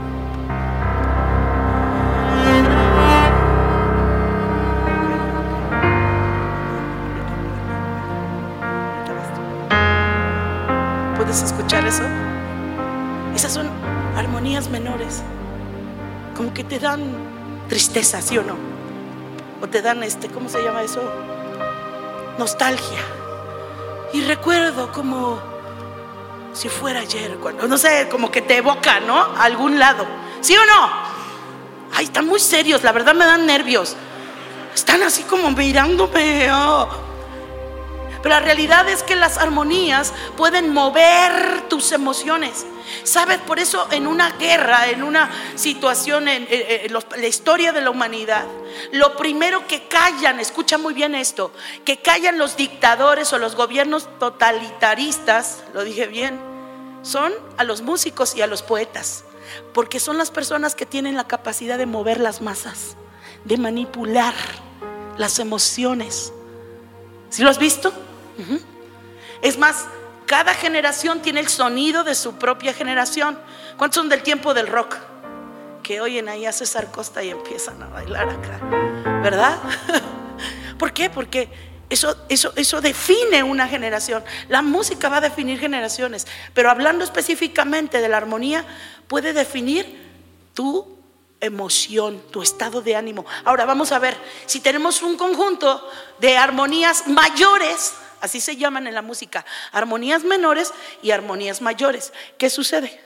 ¿Puedes escuchar eso? Esas son armonías menores, como que te dan tristeza, ¿sí o no? O te dan este, ¿cómo se llama eso? Nostalgia. Y recuerdo como si fuera ayer, cuando, no sé, como que te evoca, ¿no? A algún lado, ¿sí o no? Ay, están muy serios, la verdad me dan nervios. Están así como mirándome, oh. Pero la realidad es que las armonías pueden mover tus emociones. ¿Sabes? Por eso en una guerra, en una situación, en, en, en los, la historia de la humanidad, lo primero que callan, escucha muy bien esto, que callan los dictadores o los gobiernos totalitaristas, lo dije bien, son a los músicos y a los poetas, porque son las personas que tienen la capacidad de mover las masas, de manipular las emociones. ¿Sí lo has visto? Uh-huh. Es más, cada generación tiene el sonido de su propia generación. ¿Cuántos son del tiempo del rock? Que oyen ahí a César Costa y empiezan a bailar acá, ¿verdad? ¿Por qué? Porque eso, eso, eso define una generación. La música va a definir generaciones, pero hablando específicamente de la armonía, puede definir tu emoción, tu estado de ánimo. Ahora vamos a ver, si tenemos un conjunto de armonías mayores, así se llaman en la música, armonías menores y armonías mayores, ¿qué sucede?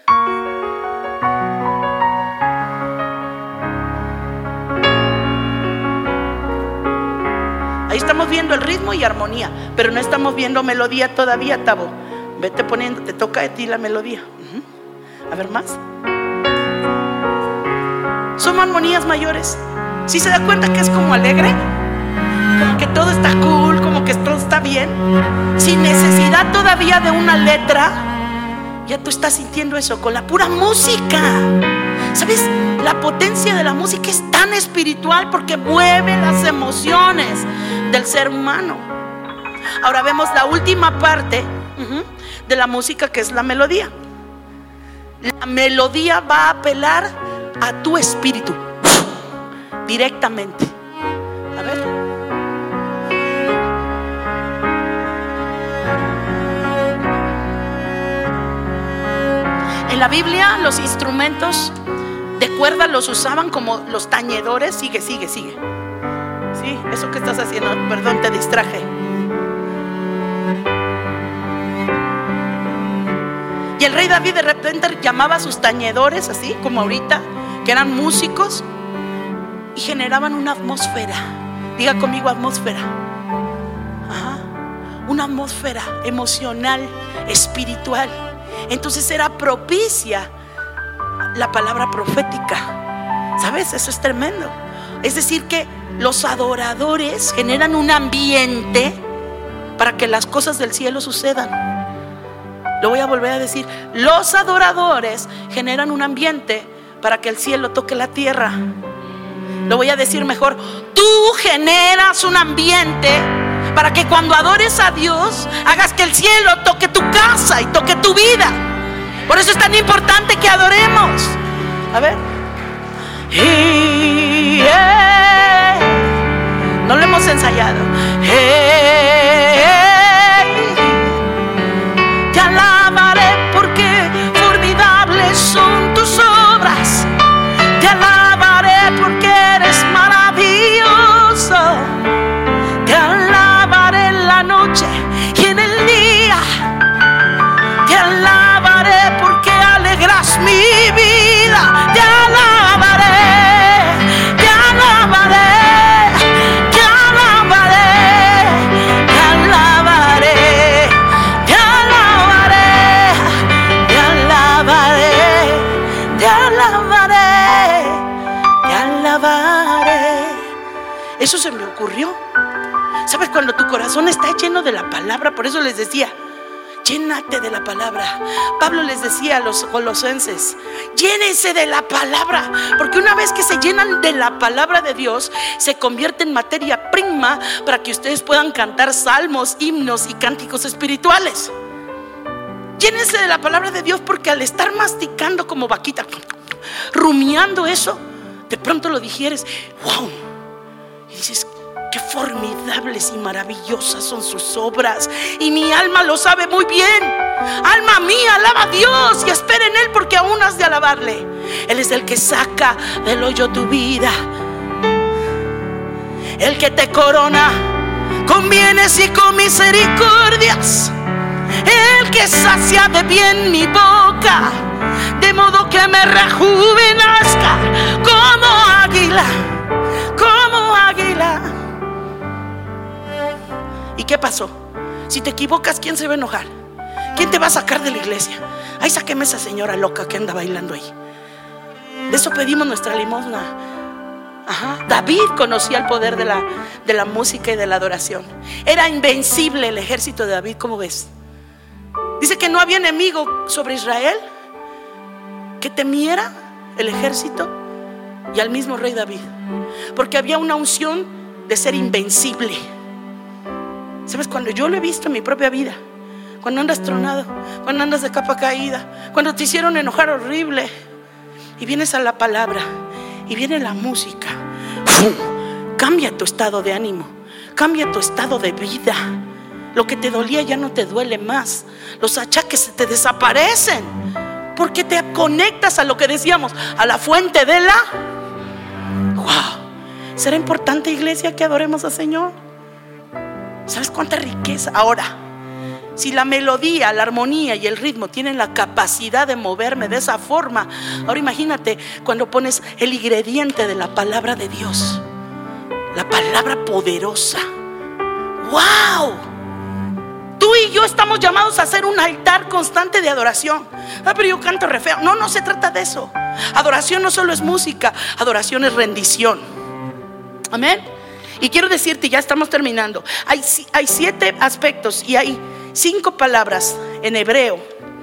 Ahí estamos viendo el ritmo y armonía, pero no estamos viendo melodía todavía, Tabo. Vete poniendo, te toca a ti la melodía. Uh-huh. A ver más. Son armonías mayores. ¿Sí se da cuenta que es como alegre? Como que todo está cool, como que todo está bien, sin necesidad todavía de una letra. Ya tú estás sintiendo eso con la pura música. ¿Sabes? La potencia de la música es tan espiritual porque mueve las emociones del ser humano. Ahora vemos la última parte uh-huh, de la música, que es la melodía. La melodía va a apelar a tu espíritu directamente. A ver. En la Biblia los instrumentos de cuerdas los usaban como los tañedores. Sigue, sigue, sigue. Sí, eso que estás haciendo, perdón, te distraje. Y el rey David de repente llamaba a sus tañedores, así como ahorita, que eran músicos, y generaban una atmósfera. Diga conmigo, atmósfera. Ajá. Una atmósfera emocional, espiritual. Entonces era propicia la palabra profética. ¿Sabes? Eso es tremendo. Es decir que los adoradores generan un ambiente para que las cosas del cielo sucedan. Lo voy a volver a decir. Los adoradores generan un ambiente para que el cielo toque la tierra. Lo voy a decir mejor. Tú generas un ambiente para que cuando adores a Dios hagas que el cielo toque tu casa y toque tu vida. Por eso es tan importante que adoremos. A ver. Hey, hey. No lo hemos ensayado. Hey, hey. Te alabaré porque formidables son tus obras. Te alabaré porque eres maravilloso. Te alabaré en la noche y en el día. Te alabaré porque alegras mi vida. Te alabaré, te alabaré, te alabaré, te alabaré, te alabaré, te alabaré, te alabaré, te alabaré. Eso se me ocurrió. ¿Sabes? Cuando tu corazón está lleno de la palabra, por eso les decía, llénate de la palabra. Pablo les decía a los colosenses, llénense de la palabra, porque una vez que se llenan de la palabra de Dios, se convierte en materia prima para que ustedes puedan cantar salmos, himnos y cánticos espirituales. Llénense de la palabra de Dios, porque al estar masticando como vaquita, rumiando eso, de pronto lo digieres. Wow. Y dices, qué formidables y maravillosas son sus obras, y mi alma lo sabe muy bien. Alma mía, alaba a Dios y espera en Él, porque aún has de alabarle. Él es el que saca del hoyo tu vida, el que te corona con bienes y con misericordias, el que sacia de bien mi boca, de modo que me rejuvenezca como águila, como águila. ¿Y qué pasó? Si te equivocas, ¿quién se va a enojar? ¿Quién te va a sacar de la iglesia? Ay, sáqueme esa señora loca que anda bailando ahí. De eso pedimos nuestra limosna. Ajá. David conocía el poder de la, de la música y de la adoración. Era invencible el ejército de David. ¿Cómo ves? Dice que no había enemigo sobre Israel que temiera el ejército y al mismo rey David, porque había una unción de ser invencible. ¿Sabes? Cuando yo lo he visto en mi propia vida, cuando andas tronado, cuando andas de capa caída, cuando te hicieron enojar horrible, y vienes a la palabra y viene la música, ¡fum! Cambia tu estado de ánimo, cambia tu estado de vida. Lo que te dolía ya no te duele más. Los achaques se te desaparecen, porque te conectas a lo que decíamos, a la fuente de la. Wow. ¿Será importante, iglesia, que adoremos al Señor? ¿Sabes cuánta riqueza? Ahora, si la melodía, la armonía y el ritmo tienen la capacidad de moverme de esa forma, ahora imagínate cuando pones el ingrediente de la palabra de Dios, la palabra poderosa. ¡Wow! Tú y yo estamos llamados a hacer un altar constante de adoración. Ah, pero yo canto re feo. No, no se trata de eso. Adoración no solo es música, adoración es rendición. Amén. Y quiero decirte, ya estamos terminando, hay, hay siete aspectos y hay cinco palabras en hebreo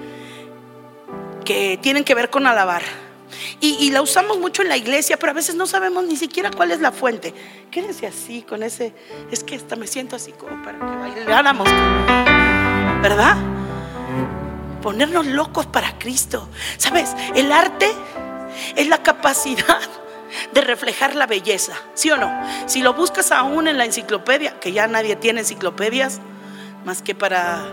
que tienen que ver con alabar. Y, y la usamos mucho en la iglesia, pero a veces no sabemos ni siquiera cuál es la fuente. Quédense así con ese. Es que hasta me siento así como para que bailáramos, ¿verdad? Ponernos locos para Cristo. ¿Sabes? El arte es la capacidad de reflejar la belleza, ¿sí o no? Si lo buscas aún en la enciclopedia, que ya nadie tiene enciclopedias más que para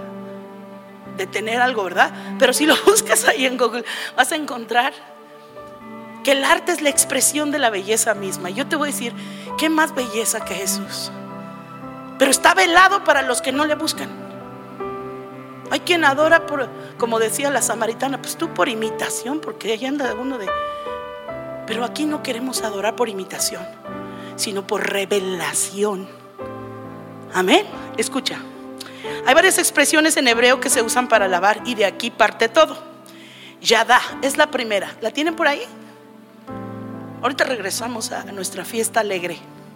detener algo, ¿verdad? Pero si lo buscas ahí en Google, vas a encontrar que el arte es la expresión de la belleza misma. Yo te voy a decir, ¿qué más belleza que Jesús? Pero está velado para los que no le buscan. Hay quien adora por, como decía la samaritana, pues tú por imitación, porque ahí anda uno de... Pero aquí no queremos adorar por imitación, sino por revelación. Amén. Escucha, hay varias expresiones en hebreo que se usan para alabar, y de aquí parte todo. Yadá es la primera. ¿La tienen por ahí? Ahorita regresamos a nuestra fiesta alegre.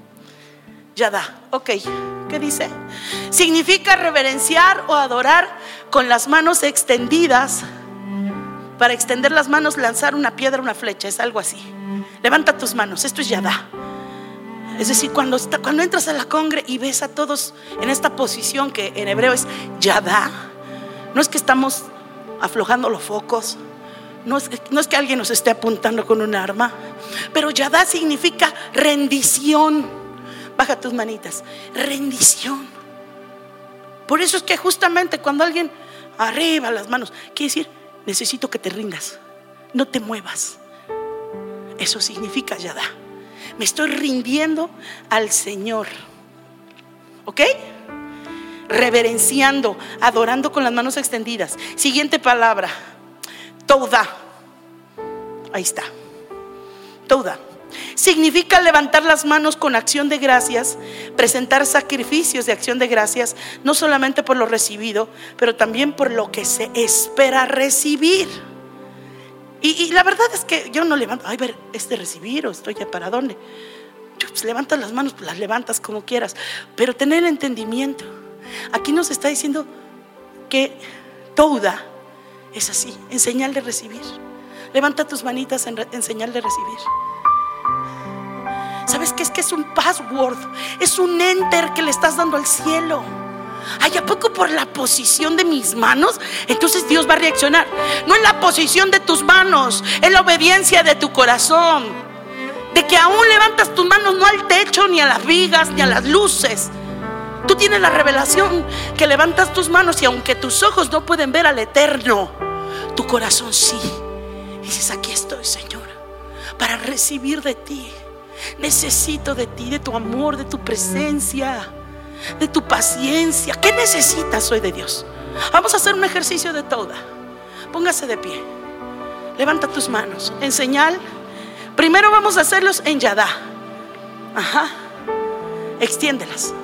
Yadá, ok. ¿Qué dice? Significa reverenciar o adorar con las manos extendidas. Para extender las manos, lanzar una piedra, una flecha, es algo así. Levanta tus manos, esto es Yadá. Es decir, cuando, está, cuando entras a la congre y ves a todos en esta posición que en hebreo es Yadá, no es que estamos aflojando los focos, no es, no es que alguien nos esté apuntando con un arma, pero Yadá significa rendición. Baja tus manitas, rendición. Por eso es que justamente cuando alguien arriba las manos, quiere decir, necesito que te rindas, no te muevas. Eso significa Yadá. Me estoy rindiendo al Señor. ¿Ok? Reverenciando, adorando con las manos extendidas. Siguiente palabra, Toudá. Ahí está, Toudá. Significa levantar las manos con acción de gracias, presentar sacrificios de acción de gracias, no solamente por lo recibido, pero también por lo que se espera recibir. Y, y la verdad es que yo no levanto, ay, ver, ¿es de recibir o estoy ya para dónde? Yo, pues, levantas las manos, pues las levantas como quieras, pero tener el entendimiento. Aquí nos está diciendo que Toudá es así, en señal de recibir. Levanta tus manitas en, en señal de recibir. ¿Sabes qué es? Que es un password, es un enter que le estás dando al cielo. Ay, ¿a poco por la posición de mis manos? Entonces Dios va a reaccionar. No en la posición de tus manos, en la obediencia de tu corazón. De que aún levantas tus manos no al techo, ni a las vigas, ni a las luces. Tú tienes la revelación que levantas tus manos y aunque tus ojos no pueden ver al Eterno, tu corazón sí. Dices, aquí estoy, Señor, para recibir de ti. Necesito de ti, de tu amor, de tu presencia, de tu paciencia. ¿Qué necesitas hoy de Dios? Vamos a hacer un ejercicio de Toudá. Póngase de pie, levanta tus manos en señal. Primero vamos a hacerlos en Yadá. Ajá. Extiéndelas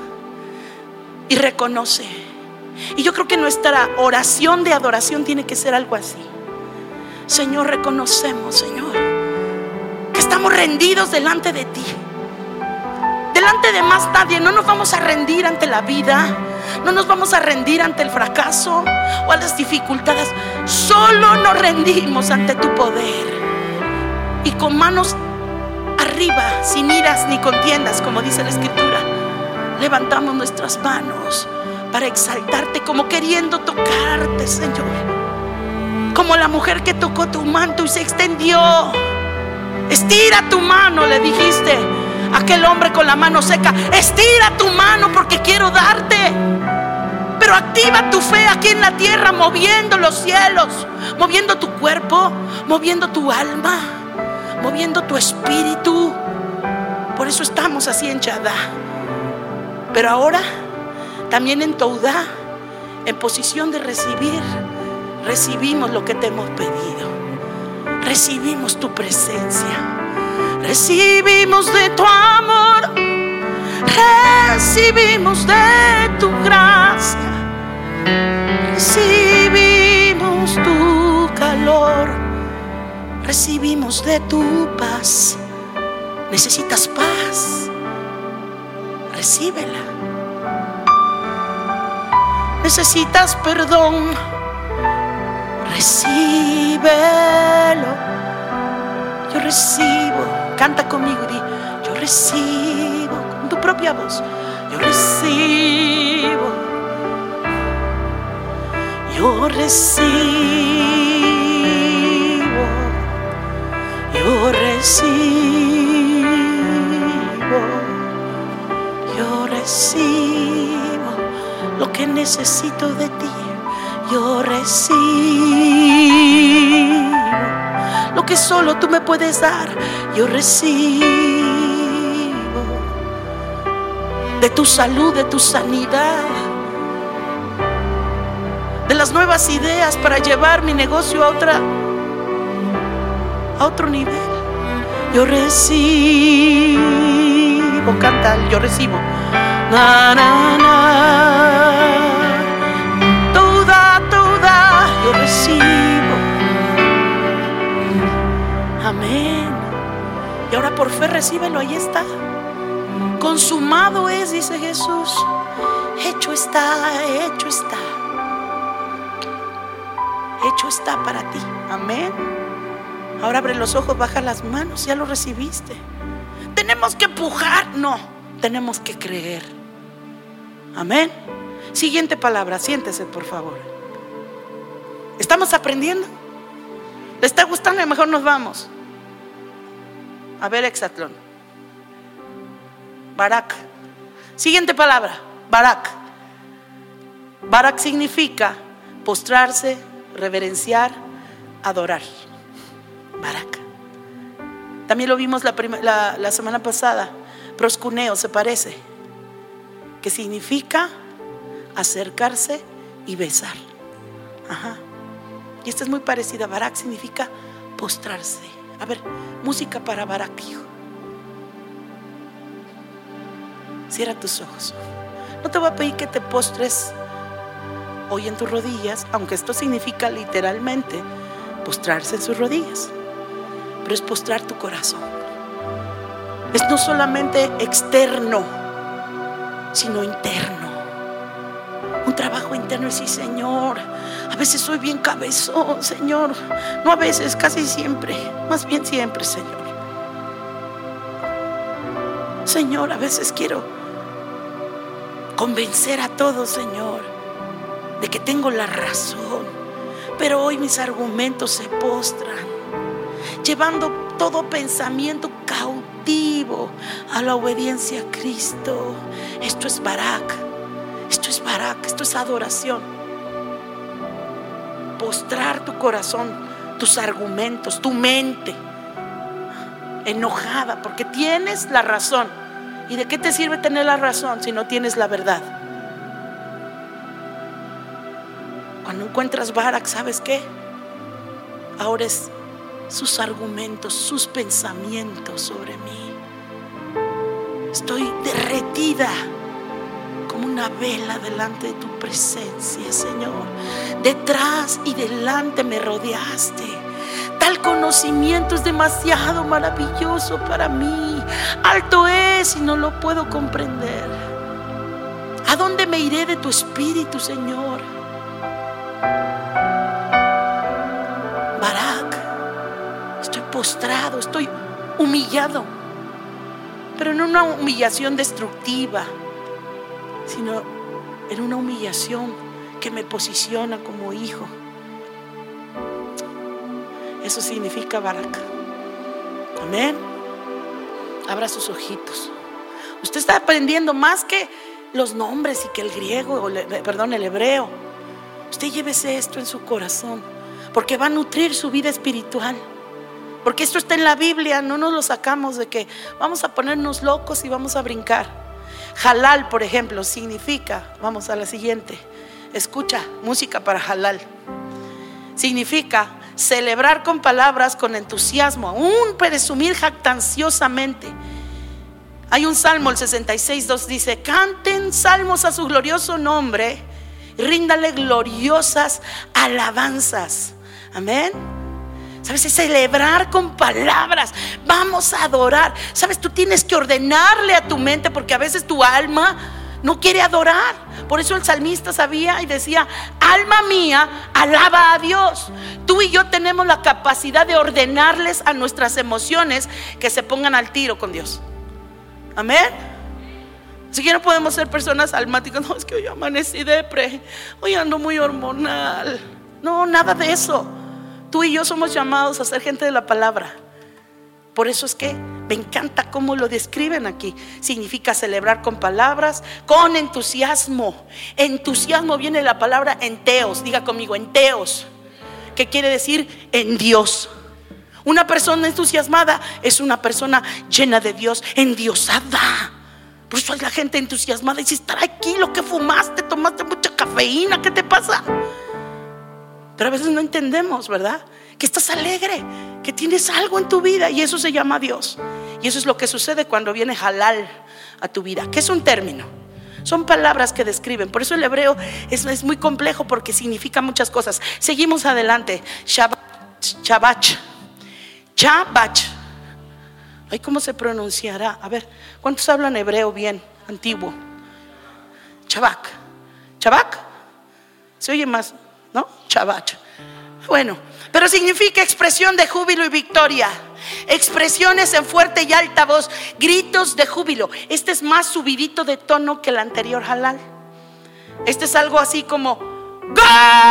y reconoce. Y yo creo que nuestra oración de adoración tiene que ser algo así. Señor, reconocemos, Señor, que estamos rendidos delante de ti, delante de más nadie. No nos vamos a rendir ante la vida, no nos vamos a rendir ante el fracaso o a las dificultades. Solo nos rendimos ante tu poder, y con manos arriba, sin iras ni contiendas, como dice la Escritura, levantamos nuestras manos para exaltarte, como queriendo tocarte, Señor, como la mujer que tocó tu manto y se extendió. Estira tu mano, le dijiste a aquel hombre con la mano seca. Estira tu mano porque quiero darte. Pero activa tu fe aquí en la tierra, moviendo los cielos, moviendo tu cuerpo, moviendo tu alma, moviendo tu espíritu. Por eso estamos así en Yadá. Pero ahora también en Toudá, en posición de recibir, recibimos lo que te hemos pedido. Recibimos tu presencia, recibimos de tu amor, recibimos de tu gracia, recibimos tu calor, recibimos de tu paz. ¿Necesitas paz? Recíbela. ¿Necesitas perdón? Recíbelo. Yo recibo. Canta conmigo y di: yo recibo, con tu propia voz. Yo recibo. Yo recibo. Yo recibo. Yo recibo lo que necesito de ti. Yo recibo lo que solo tú me puedes dar. Yo recibo de tu salud, de tu sanidad, de las nuevas ideas para llevar mi negocio a otra, a otro nivel. Yo recibo, canta, yo recibo. Na, na, na. Toda, toda, yo recibo. Amén. Y ahora por fe recíbelo, ahí está. Consumado es, dice Jesús. Hecho está, hecho está. Hecho está para ti. Amén. Ahora abre los ojos, baja las manos, ya lo recibiste. ¿Tenemos que empujar? No, tenemos que creer. Amén. Siguiente palabra, siéntese por favor. ¿Estamos aprendiendo? ¿Le está gustando? A lo mejor nos vamos. A ver, Exatlón. Barak. Siguiente palabra, Barak. Barak significa postrarse, reverenciar, adorar. Barak. También lo vimos la, prima, la, la semana pasada. Proscuneo se parece, que significa acercarse y besar. Ajá. Y esta es muy parecida. Barak significa postrarse. A ver, música para Barak, hijo. Cierra tus ojos. No te voy a pedir que te postres hoy en tus rodillas, aunque esto significa literalmente postrarse en sus rodillas, pero es postrar tu corazón. Es no solamente externo, sino interno. Un trabajo interno y decir: Señor, a veces soy bien cabezón, Señor. No a veces, casi siempre, más bien siempre, Señor. Señor, a veces quiero convencer a todos, Señor, de que tengo la razón, pero hoy mis argumentos se postran, llevando todo pensamiento cautivo a la obediencia a Cristo. Esto es Barak. Esto es Barak, esto es adoración. Postrar tu corazón, tus argumentos, tu mente enojada porque tienes la razón. ¿Y de qué te sirve tener la razón si no tienes la verdad? Cuando encuentras Barak, ¿sabes qué? Ahora es sus argumentos, sus pensamientos sobre mí. Estoy derretida como una vela delante de tu presencia, Señor. Detrás y delante me rodeaste. Tal conocimiento es demasiado maravilloso para mí. Alto es y no lo puedo comprender. ¿A dónde me iré de tu espíritu, Señor? Barak, estoy postrado, estoy humillado, pero no una humillación destructiva, sino en una humillación que me posiciona como hijo. Eso significa Barak. Amén. Abra sus ojitos. Usted está aprendiendo más que los nombres y que el griego, o le, perdón, el hebreo. Usted llévese esto en su corazón, porque va a nutrir su vida espiritual. Porque esto está en la Biblia, no nos lo sacamos de que vamos a ponernos locos y vamos a brincar. Halal, por ejemplo, significa, vamos a la siguiente. Escucha, música para halal. Significa celebrar con palabras, con entusiasmo, aún presumir jactanciosamente. Hay un salmo, el sesenta y seis, dos dice: canten salmos a su glorioso nombre, ríndale gloriosas alabanzas. Amén. ¿Sabes? Es celebrar con palabras. Vamos a adorar. ¿Sabes? Tú tienes que ordenarle a tu mente, porque a veces tu alma no quiere adorar. Por eso el salmista sabía y decía: alma mía, alaba a Dios. Tú y yo tenemos la capacidad de ordenarles a nuestras emociones que se pongan al tiro con Dios. Amén. Si que no podemos ser personas almáticas. No, es que hoy amanecí depre, hoy ando muy hormonal. No, nada de eso. Tú y yo somos llamados a ser gente de la palabra. Por eso es que me encanta cómo lo describen aquí. Significa celebrar con palabras, con entusiasmo. Entusiasmo viene de la palabra enteos. Diga conmigo, enteos, que quiere decir en Dios. Una persona entusiasmada es una persona llena de Dios, endiosada. Por eso hay la gente entusiasmada y dice: estará aquí lo que fumaste, tomaste mucha cafeína, ¿qué te pasa? Pero a veces no entendemos, ¿verdad? Que estás alegre, que tienes algo en tu vida, y eso se llama Dios. Y eso es lo que sucede cuando viene halal a tu vida. ¿Qué es un término? Son palabras que describen. Por eso el hebreo es, es muy complejo, porque significa muchas cosas. Seguimos adelante. Shabbat, Shabbat, Shabbat. Ay, ¿cómo se pronunciará? A ver, ¿cuántos hablan hebreo bien, antiguo? Shabbat, Shabbat. Se oye más, ¿no? Shabbat. Bueno, pero significa expresión de júbilo y victoria. Expresiones en fuerte y alta voz, gritos de júbilo. Este es más subidito de tono que el anterior halal. Este es algo así como ¡gol!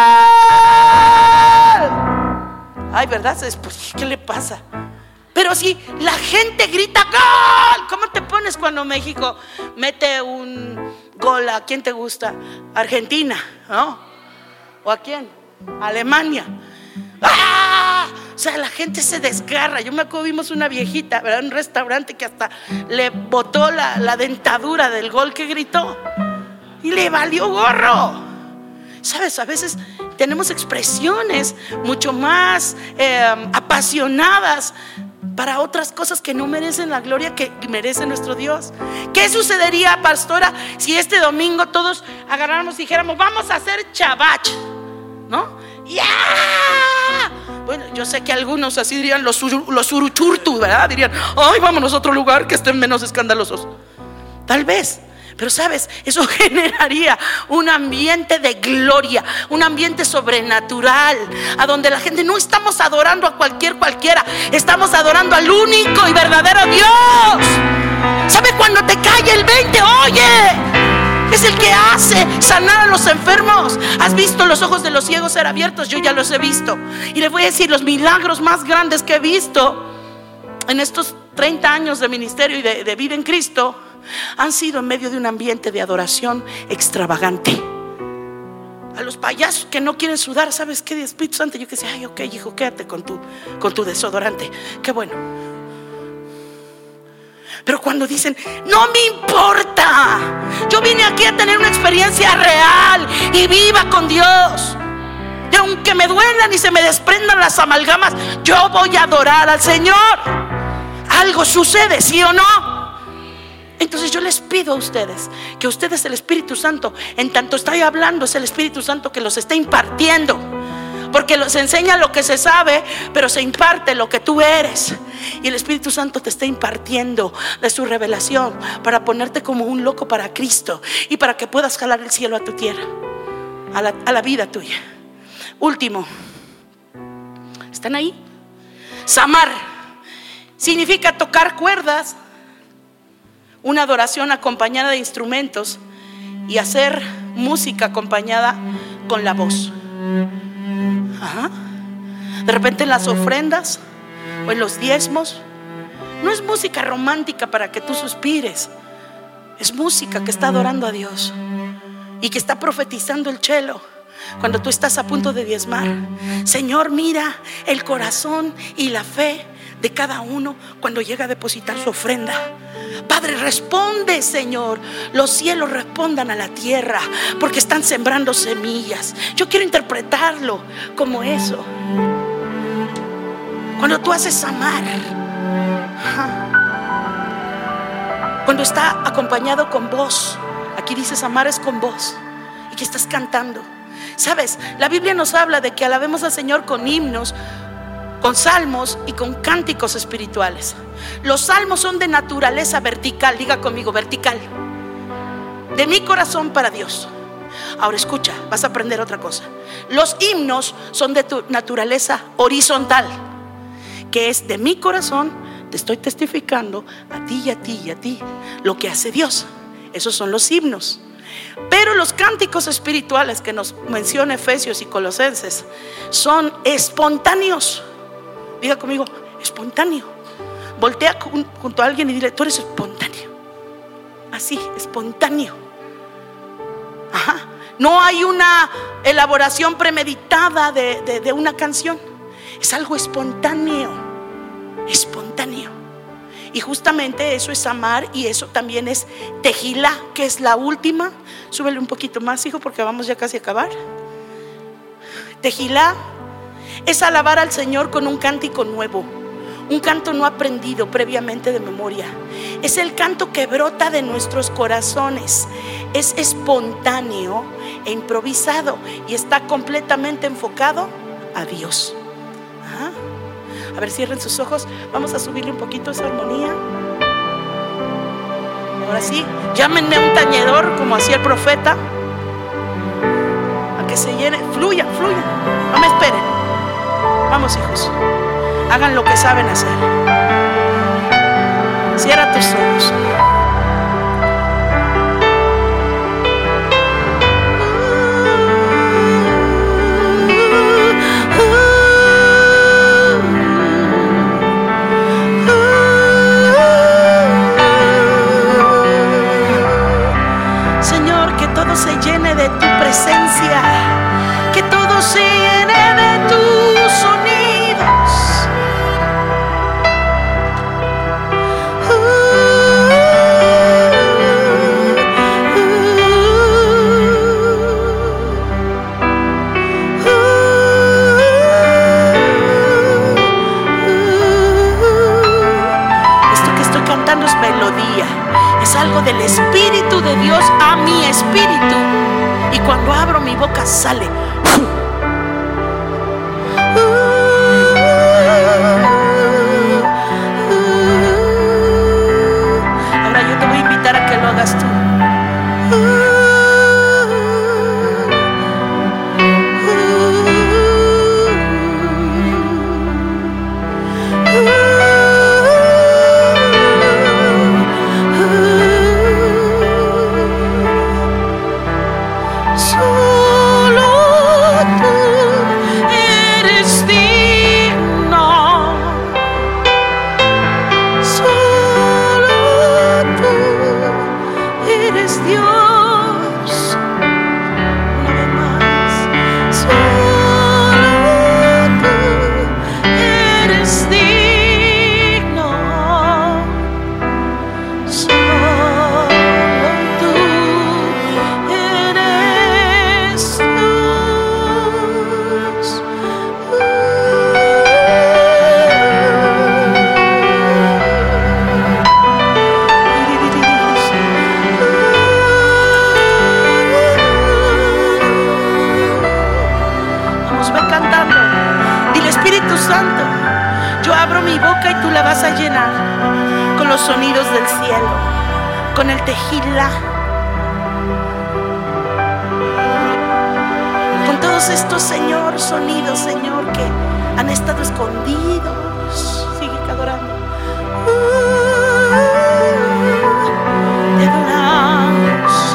Ay, ¿verdad? Pues, ¿qué le pasa? Pero si la gente grita ¡gol! ¿Cómo te pones cuando México mete un gol? ¿A quién te gusta? Argentina, ¿no? ¿O a quién? Alemania. ¡Ah! O sea, la gente se desgarra. Yo me acuerdo, vimos una viejita, ¿verdad? En un restaurante que hasta le botó la, la dentadura del gol que gritó, y le valió gorro. Sabes, a veces tenemos expresiones mucho más eh, apasionadas para otras cosas que no merecen la gloria que merece nuestro Dios. ¿Qué sucedería, pastora, si este domingo todos agarráramos y dijéramos: vamos a hacer Shabbat, ¿no? ¡Ya! Bueno, yo sé que algunos así dirían, los, los uruchurtu, ¿verdad? Dirían: ay, vámonos a otro lugar que estén menos escandalosos. Tal vez. Pero sabes, eso generaría un ambiente de gloria, un ambiente sobrenatural, a donde la gente no estamos adorando a cualquier cualquiera, estamos adorando al único y verdadero Dios. ¿Sabe cuando te cae el veinte? Oye, es el que hace sanar a los enfermos. ¿Has visto los ojos de los ciegos ser abiertos? Yo ya los he visto. Y les voy a decir, los milagros más grandes que he visto en estos treinta años de ministerio y de, de vida en Cristo han sido en medio de un ambiente de adoración extravagante. A los payasos que no quieren sudar, ¿sabes qué? Espíritu Santo, yo que sé: ay, ok, hijo, quédate con tu, con tu desodorante. Qué bueno. Pero cuando dicen: no me importa, yo vine aquí a tener una experiencia real y viva con Dios, y aunque me duelan y se me desprendan las amalgamas, yo voy a adorar al Señor. Algo sucede, ¿sí o no? Entonces yo les pido a ustedes que ustedes, el Espíritu Santo, en tanto estoy hablando, es el Espíritu Santo que los está impartiendo. Porque se enseña lo que se sabe, pero se imparte lo que tú eres. Y el Espíritu Santo te está impartiendo de su revelación para ponerte como un loco para Cristo, y para que puedas jalar el cielo a tu tierra, a la, a la vida tuya. Último, ¿están ahí? Samar significa tocar cuerdas, una adoración acompañada de instrumentos, y hacer música acompañada con la voz. Ajá. De repente en las ofrendas o en los diezmos, no es música romántica para que tú suspires, es música que está adorando a Dios y que está profetizando el chelo. Cuando tú estás a punto de diezmar, Señor, mira el corazón y la fe de cada uno cuando llega a depositar su ofrenda. Padre, responde, Señor. Los cielos respondan a la tierra, porque están sembrando semillas. Yo quiero interpretarlo como eso. Cuando tú haces amar, cuando está acompañado con voz. Aquí dices amar es con voz, y que estás cantando. Sabes, la Biblia nos habla de que alabemos al Señor con himnos, con salmos y con cánticos espirituales. Los salmos son de naturaleza vertical. Diga conmigo: vertical. De mi corazón para Dios. Ahora escucha, vas a aprender otra cosa. Los himnos son de tu naturaleza horizontal, que es de mi corazón. Te estoy testificando a ti y a ti y a ti lo que hace Dios. Esos son los himnos. Pero los cánticos espirituales que nos menciona Efesios y Colosenses son espontáneos. Diga conmigo: espontáneo. Voltea junto a alguien y dile: tú eres espontáneo. Así, espontáneo. Ajá. No hay una elaboración premeditada de, de, de una canción. Es algo espontáneo. espontáneo. Y justamente eso es amar, y eso también es tejilá, que es la última. Súbele un poquito más, hijo, porque vamos ya casi a acabar. Tejilá es alabar al Señor con un cántico nuevo, un canto no aprendido previamente de memoria. Es el canto que brota de nuestros corazones. Es espontáneo e improvisado y está completamente enfocado a Dios. ¿Ah? A ver, cierren sus ojos. Vamos a subirle un poquito esa armonía. Ahora sí, llámenme a un tañedor como hacía el profeta, a que se llene. Fluya, fluya, no me esperen. Vamos, hijos, hagan lo que saben hacer. Cierra tus ojos. Señor, que todo se llene de tu presencia, que todo se llene de tus sonidos. Esto que estoy cantando es melodía, es algo del Espíritu de Dios a mi espíritu, y cuando abro mi boca sale. Ahora yo te voy a invitar a que lo hagas tú. Sonidos del cielo, con el tejilá, con todos estos, Señor, sonidos, Señor, que han estado escondidos. Sigue adorando. Te adoramos,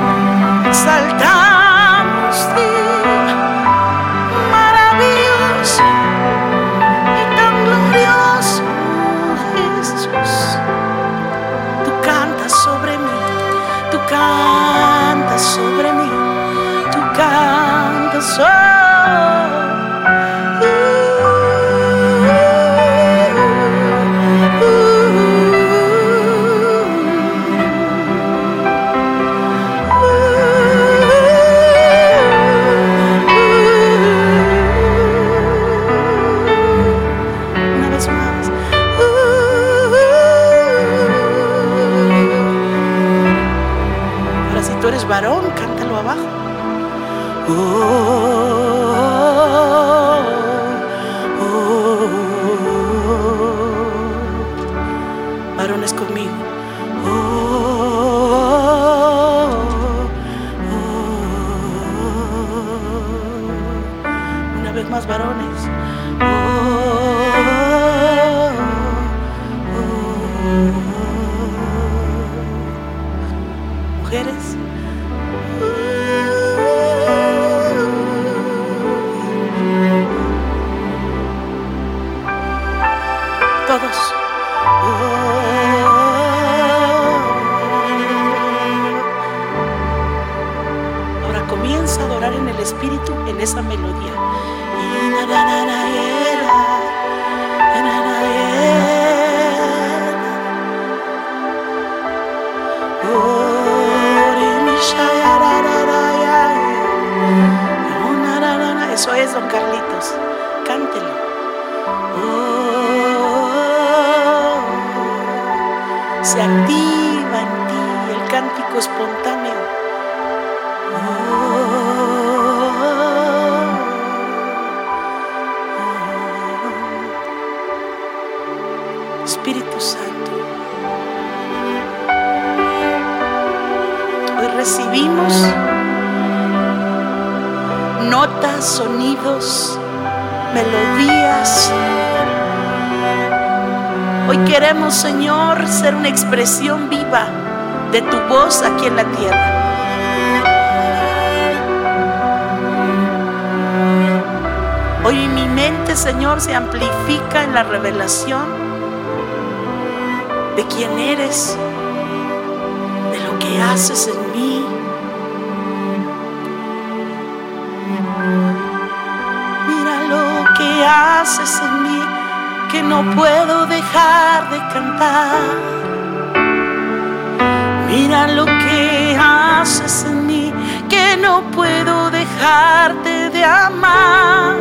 exaltamos ti, maravilloso y tan glorioso, Jesús. Sobre mí, tú cantas sobre mí, tú cantas sobre mí. Una vez más. Si tú eres varón, cántalo abajo. Oh, oh, oh, oh. Varones conmigo. Oh, oh, oh. Una vez más, varones. Oh, oh, oh. Mujeres. Todos. Ahora comienza a adorar en el Espíritu, en esa melodía. Dios. Cántelo. Oh, se activa en ti el cántico espontáneo. Oh, oh, Espíritu Santo, hoy recibimos notas, sonidos, melodías. Hoy queremos, Señor, ser una expresión viva de tu voz aquí en la tierra. Hoy mi mente, Señor, se amplifica en la revelación de quién eres, de lo que haces en mí. Mira lo que haces en mí, que no puedo dejar de cantar. Mira lo que haces en mí, que no puedo dejarte de amar.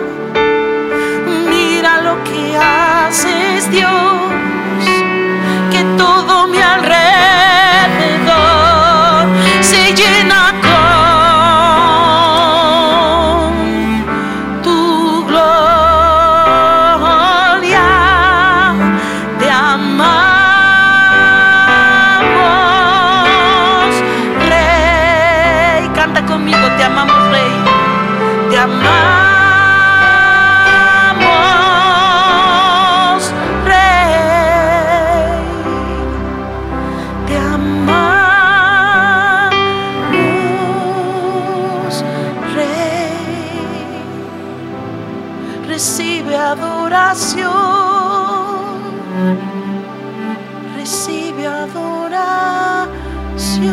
Mira lo que haces, Dios, que todo mi alrededor se llena con tu gloria. Te amamos, Rey. Canta conmigo, te amamos, Rey. Te amamos. Recibe adoración, recibe adoración.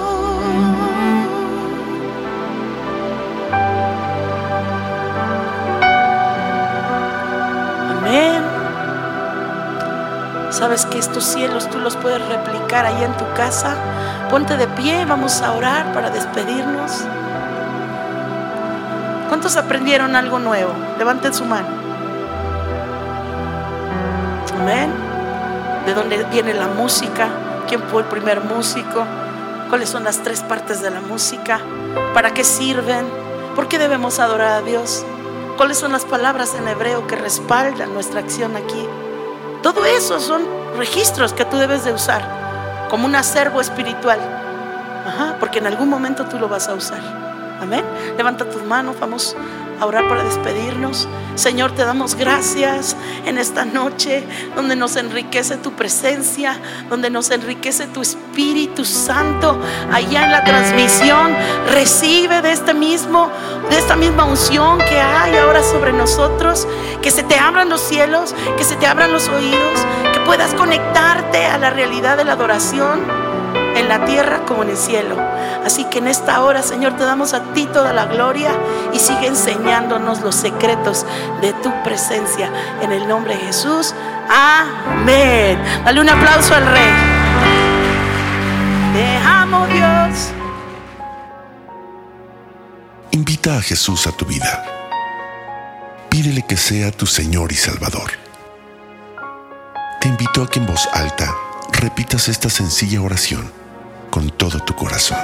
Amén. Sabes que estos cielos tú los puedes replicar ahí en tu casa. Ponte de pie, vamos a orar para despedirnos. ¿Cuántos aprendieron algo nuevo? Levanten su mano. Amén. ¿De dónde viene la música? ¿Quién fue el primer músico? ¿Cuáles son las tres partes de la música? ¿Para qué sirven? ¿Por qué debemos adorar a Dios? ¿Cuáles son las palabras en hebreo que respaldan nuestra acción aquí? Todo eso son registros que tú debes de usar como un acervo espiritual. Ajá, porque en algún momento tú lo vas a usar. Amén. Levanta tus manos, vamos a orar para despedirnos. Señor, te damos gracias en esta noche donde nos enriquece tu presencia, donde nos enriquece tu Espíritu Santo. Allá en la transmisión, recibe de este mismo, de esta misma unción que hay ahora sobre nosotros. Que se te abran los cielos, que se te abran los oídos, que puedas conectarte a la realidad de la adoración en la tierra como en el cielo. Así que en esta hora, Señor, te damos a ti toda la gloria y sigue enseñándonos los secretos de tu presencia en el nombre de Jesús. Amén. Dale un aplauso al Rey. Te amo, Dios. Invita a Jesús a tu vida. Pídele que sea tu Señor y Salvador. Te invito a que en voz alta repitas esta sencilla oración con todo tu corazón.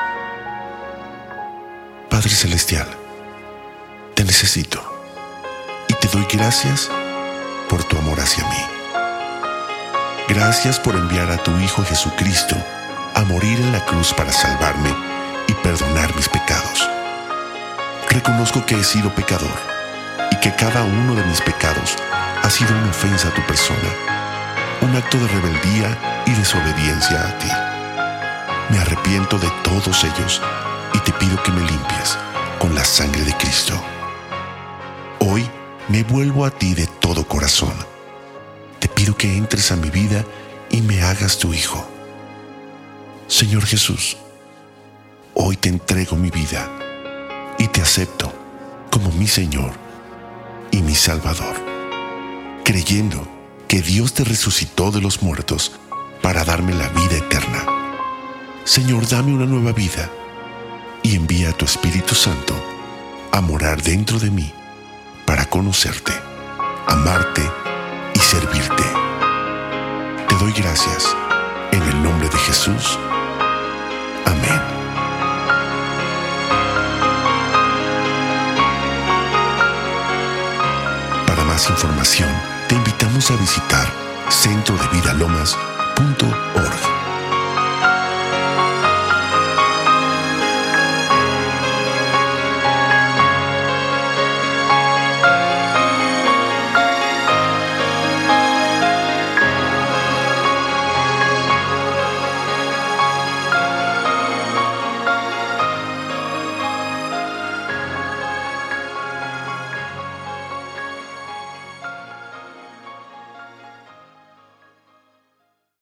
Padre Celestial, te necesito y te doy gracias por tu amor hacia mí. Gracias por enviar a tu Hijo Jesucristo a morir en la cruz para salvarme y perdonar mis pecados. Reconozco que he sido pecador y que cada uno de mis pecados ha sido una ofensa a tu persona, un acto de rebeldía y desobediencia a ti. Me arrepiento de todos ellos y te pido que me limpies con la sangre de Cristo. Hoy me vuelvo a ti de todo corazón. Te pido que entres a mi vida y me hagas tu hijo. Señor Jesús, hoy te entrego mi vida y te acepto como mi Señor y mi Salvador, creyendo que Dios te resucitó de los muertos para darme la vida eterna. Señor, dame una nueva vida y envía a tu Espíritu Santo a morar dentro de mí para conocerte, amarte y servirte. Te doy gracias en el nombre de Jesús. Amén. Para más información, te invitamos a visitar centro de vida lomas punto org.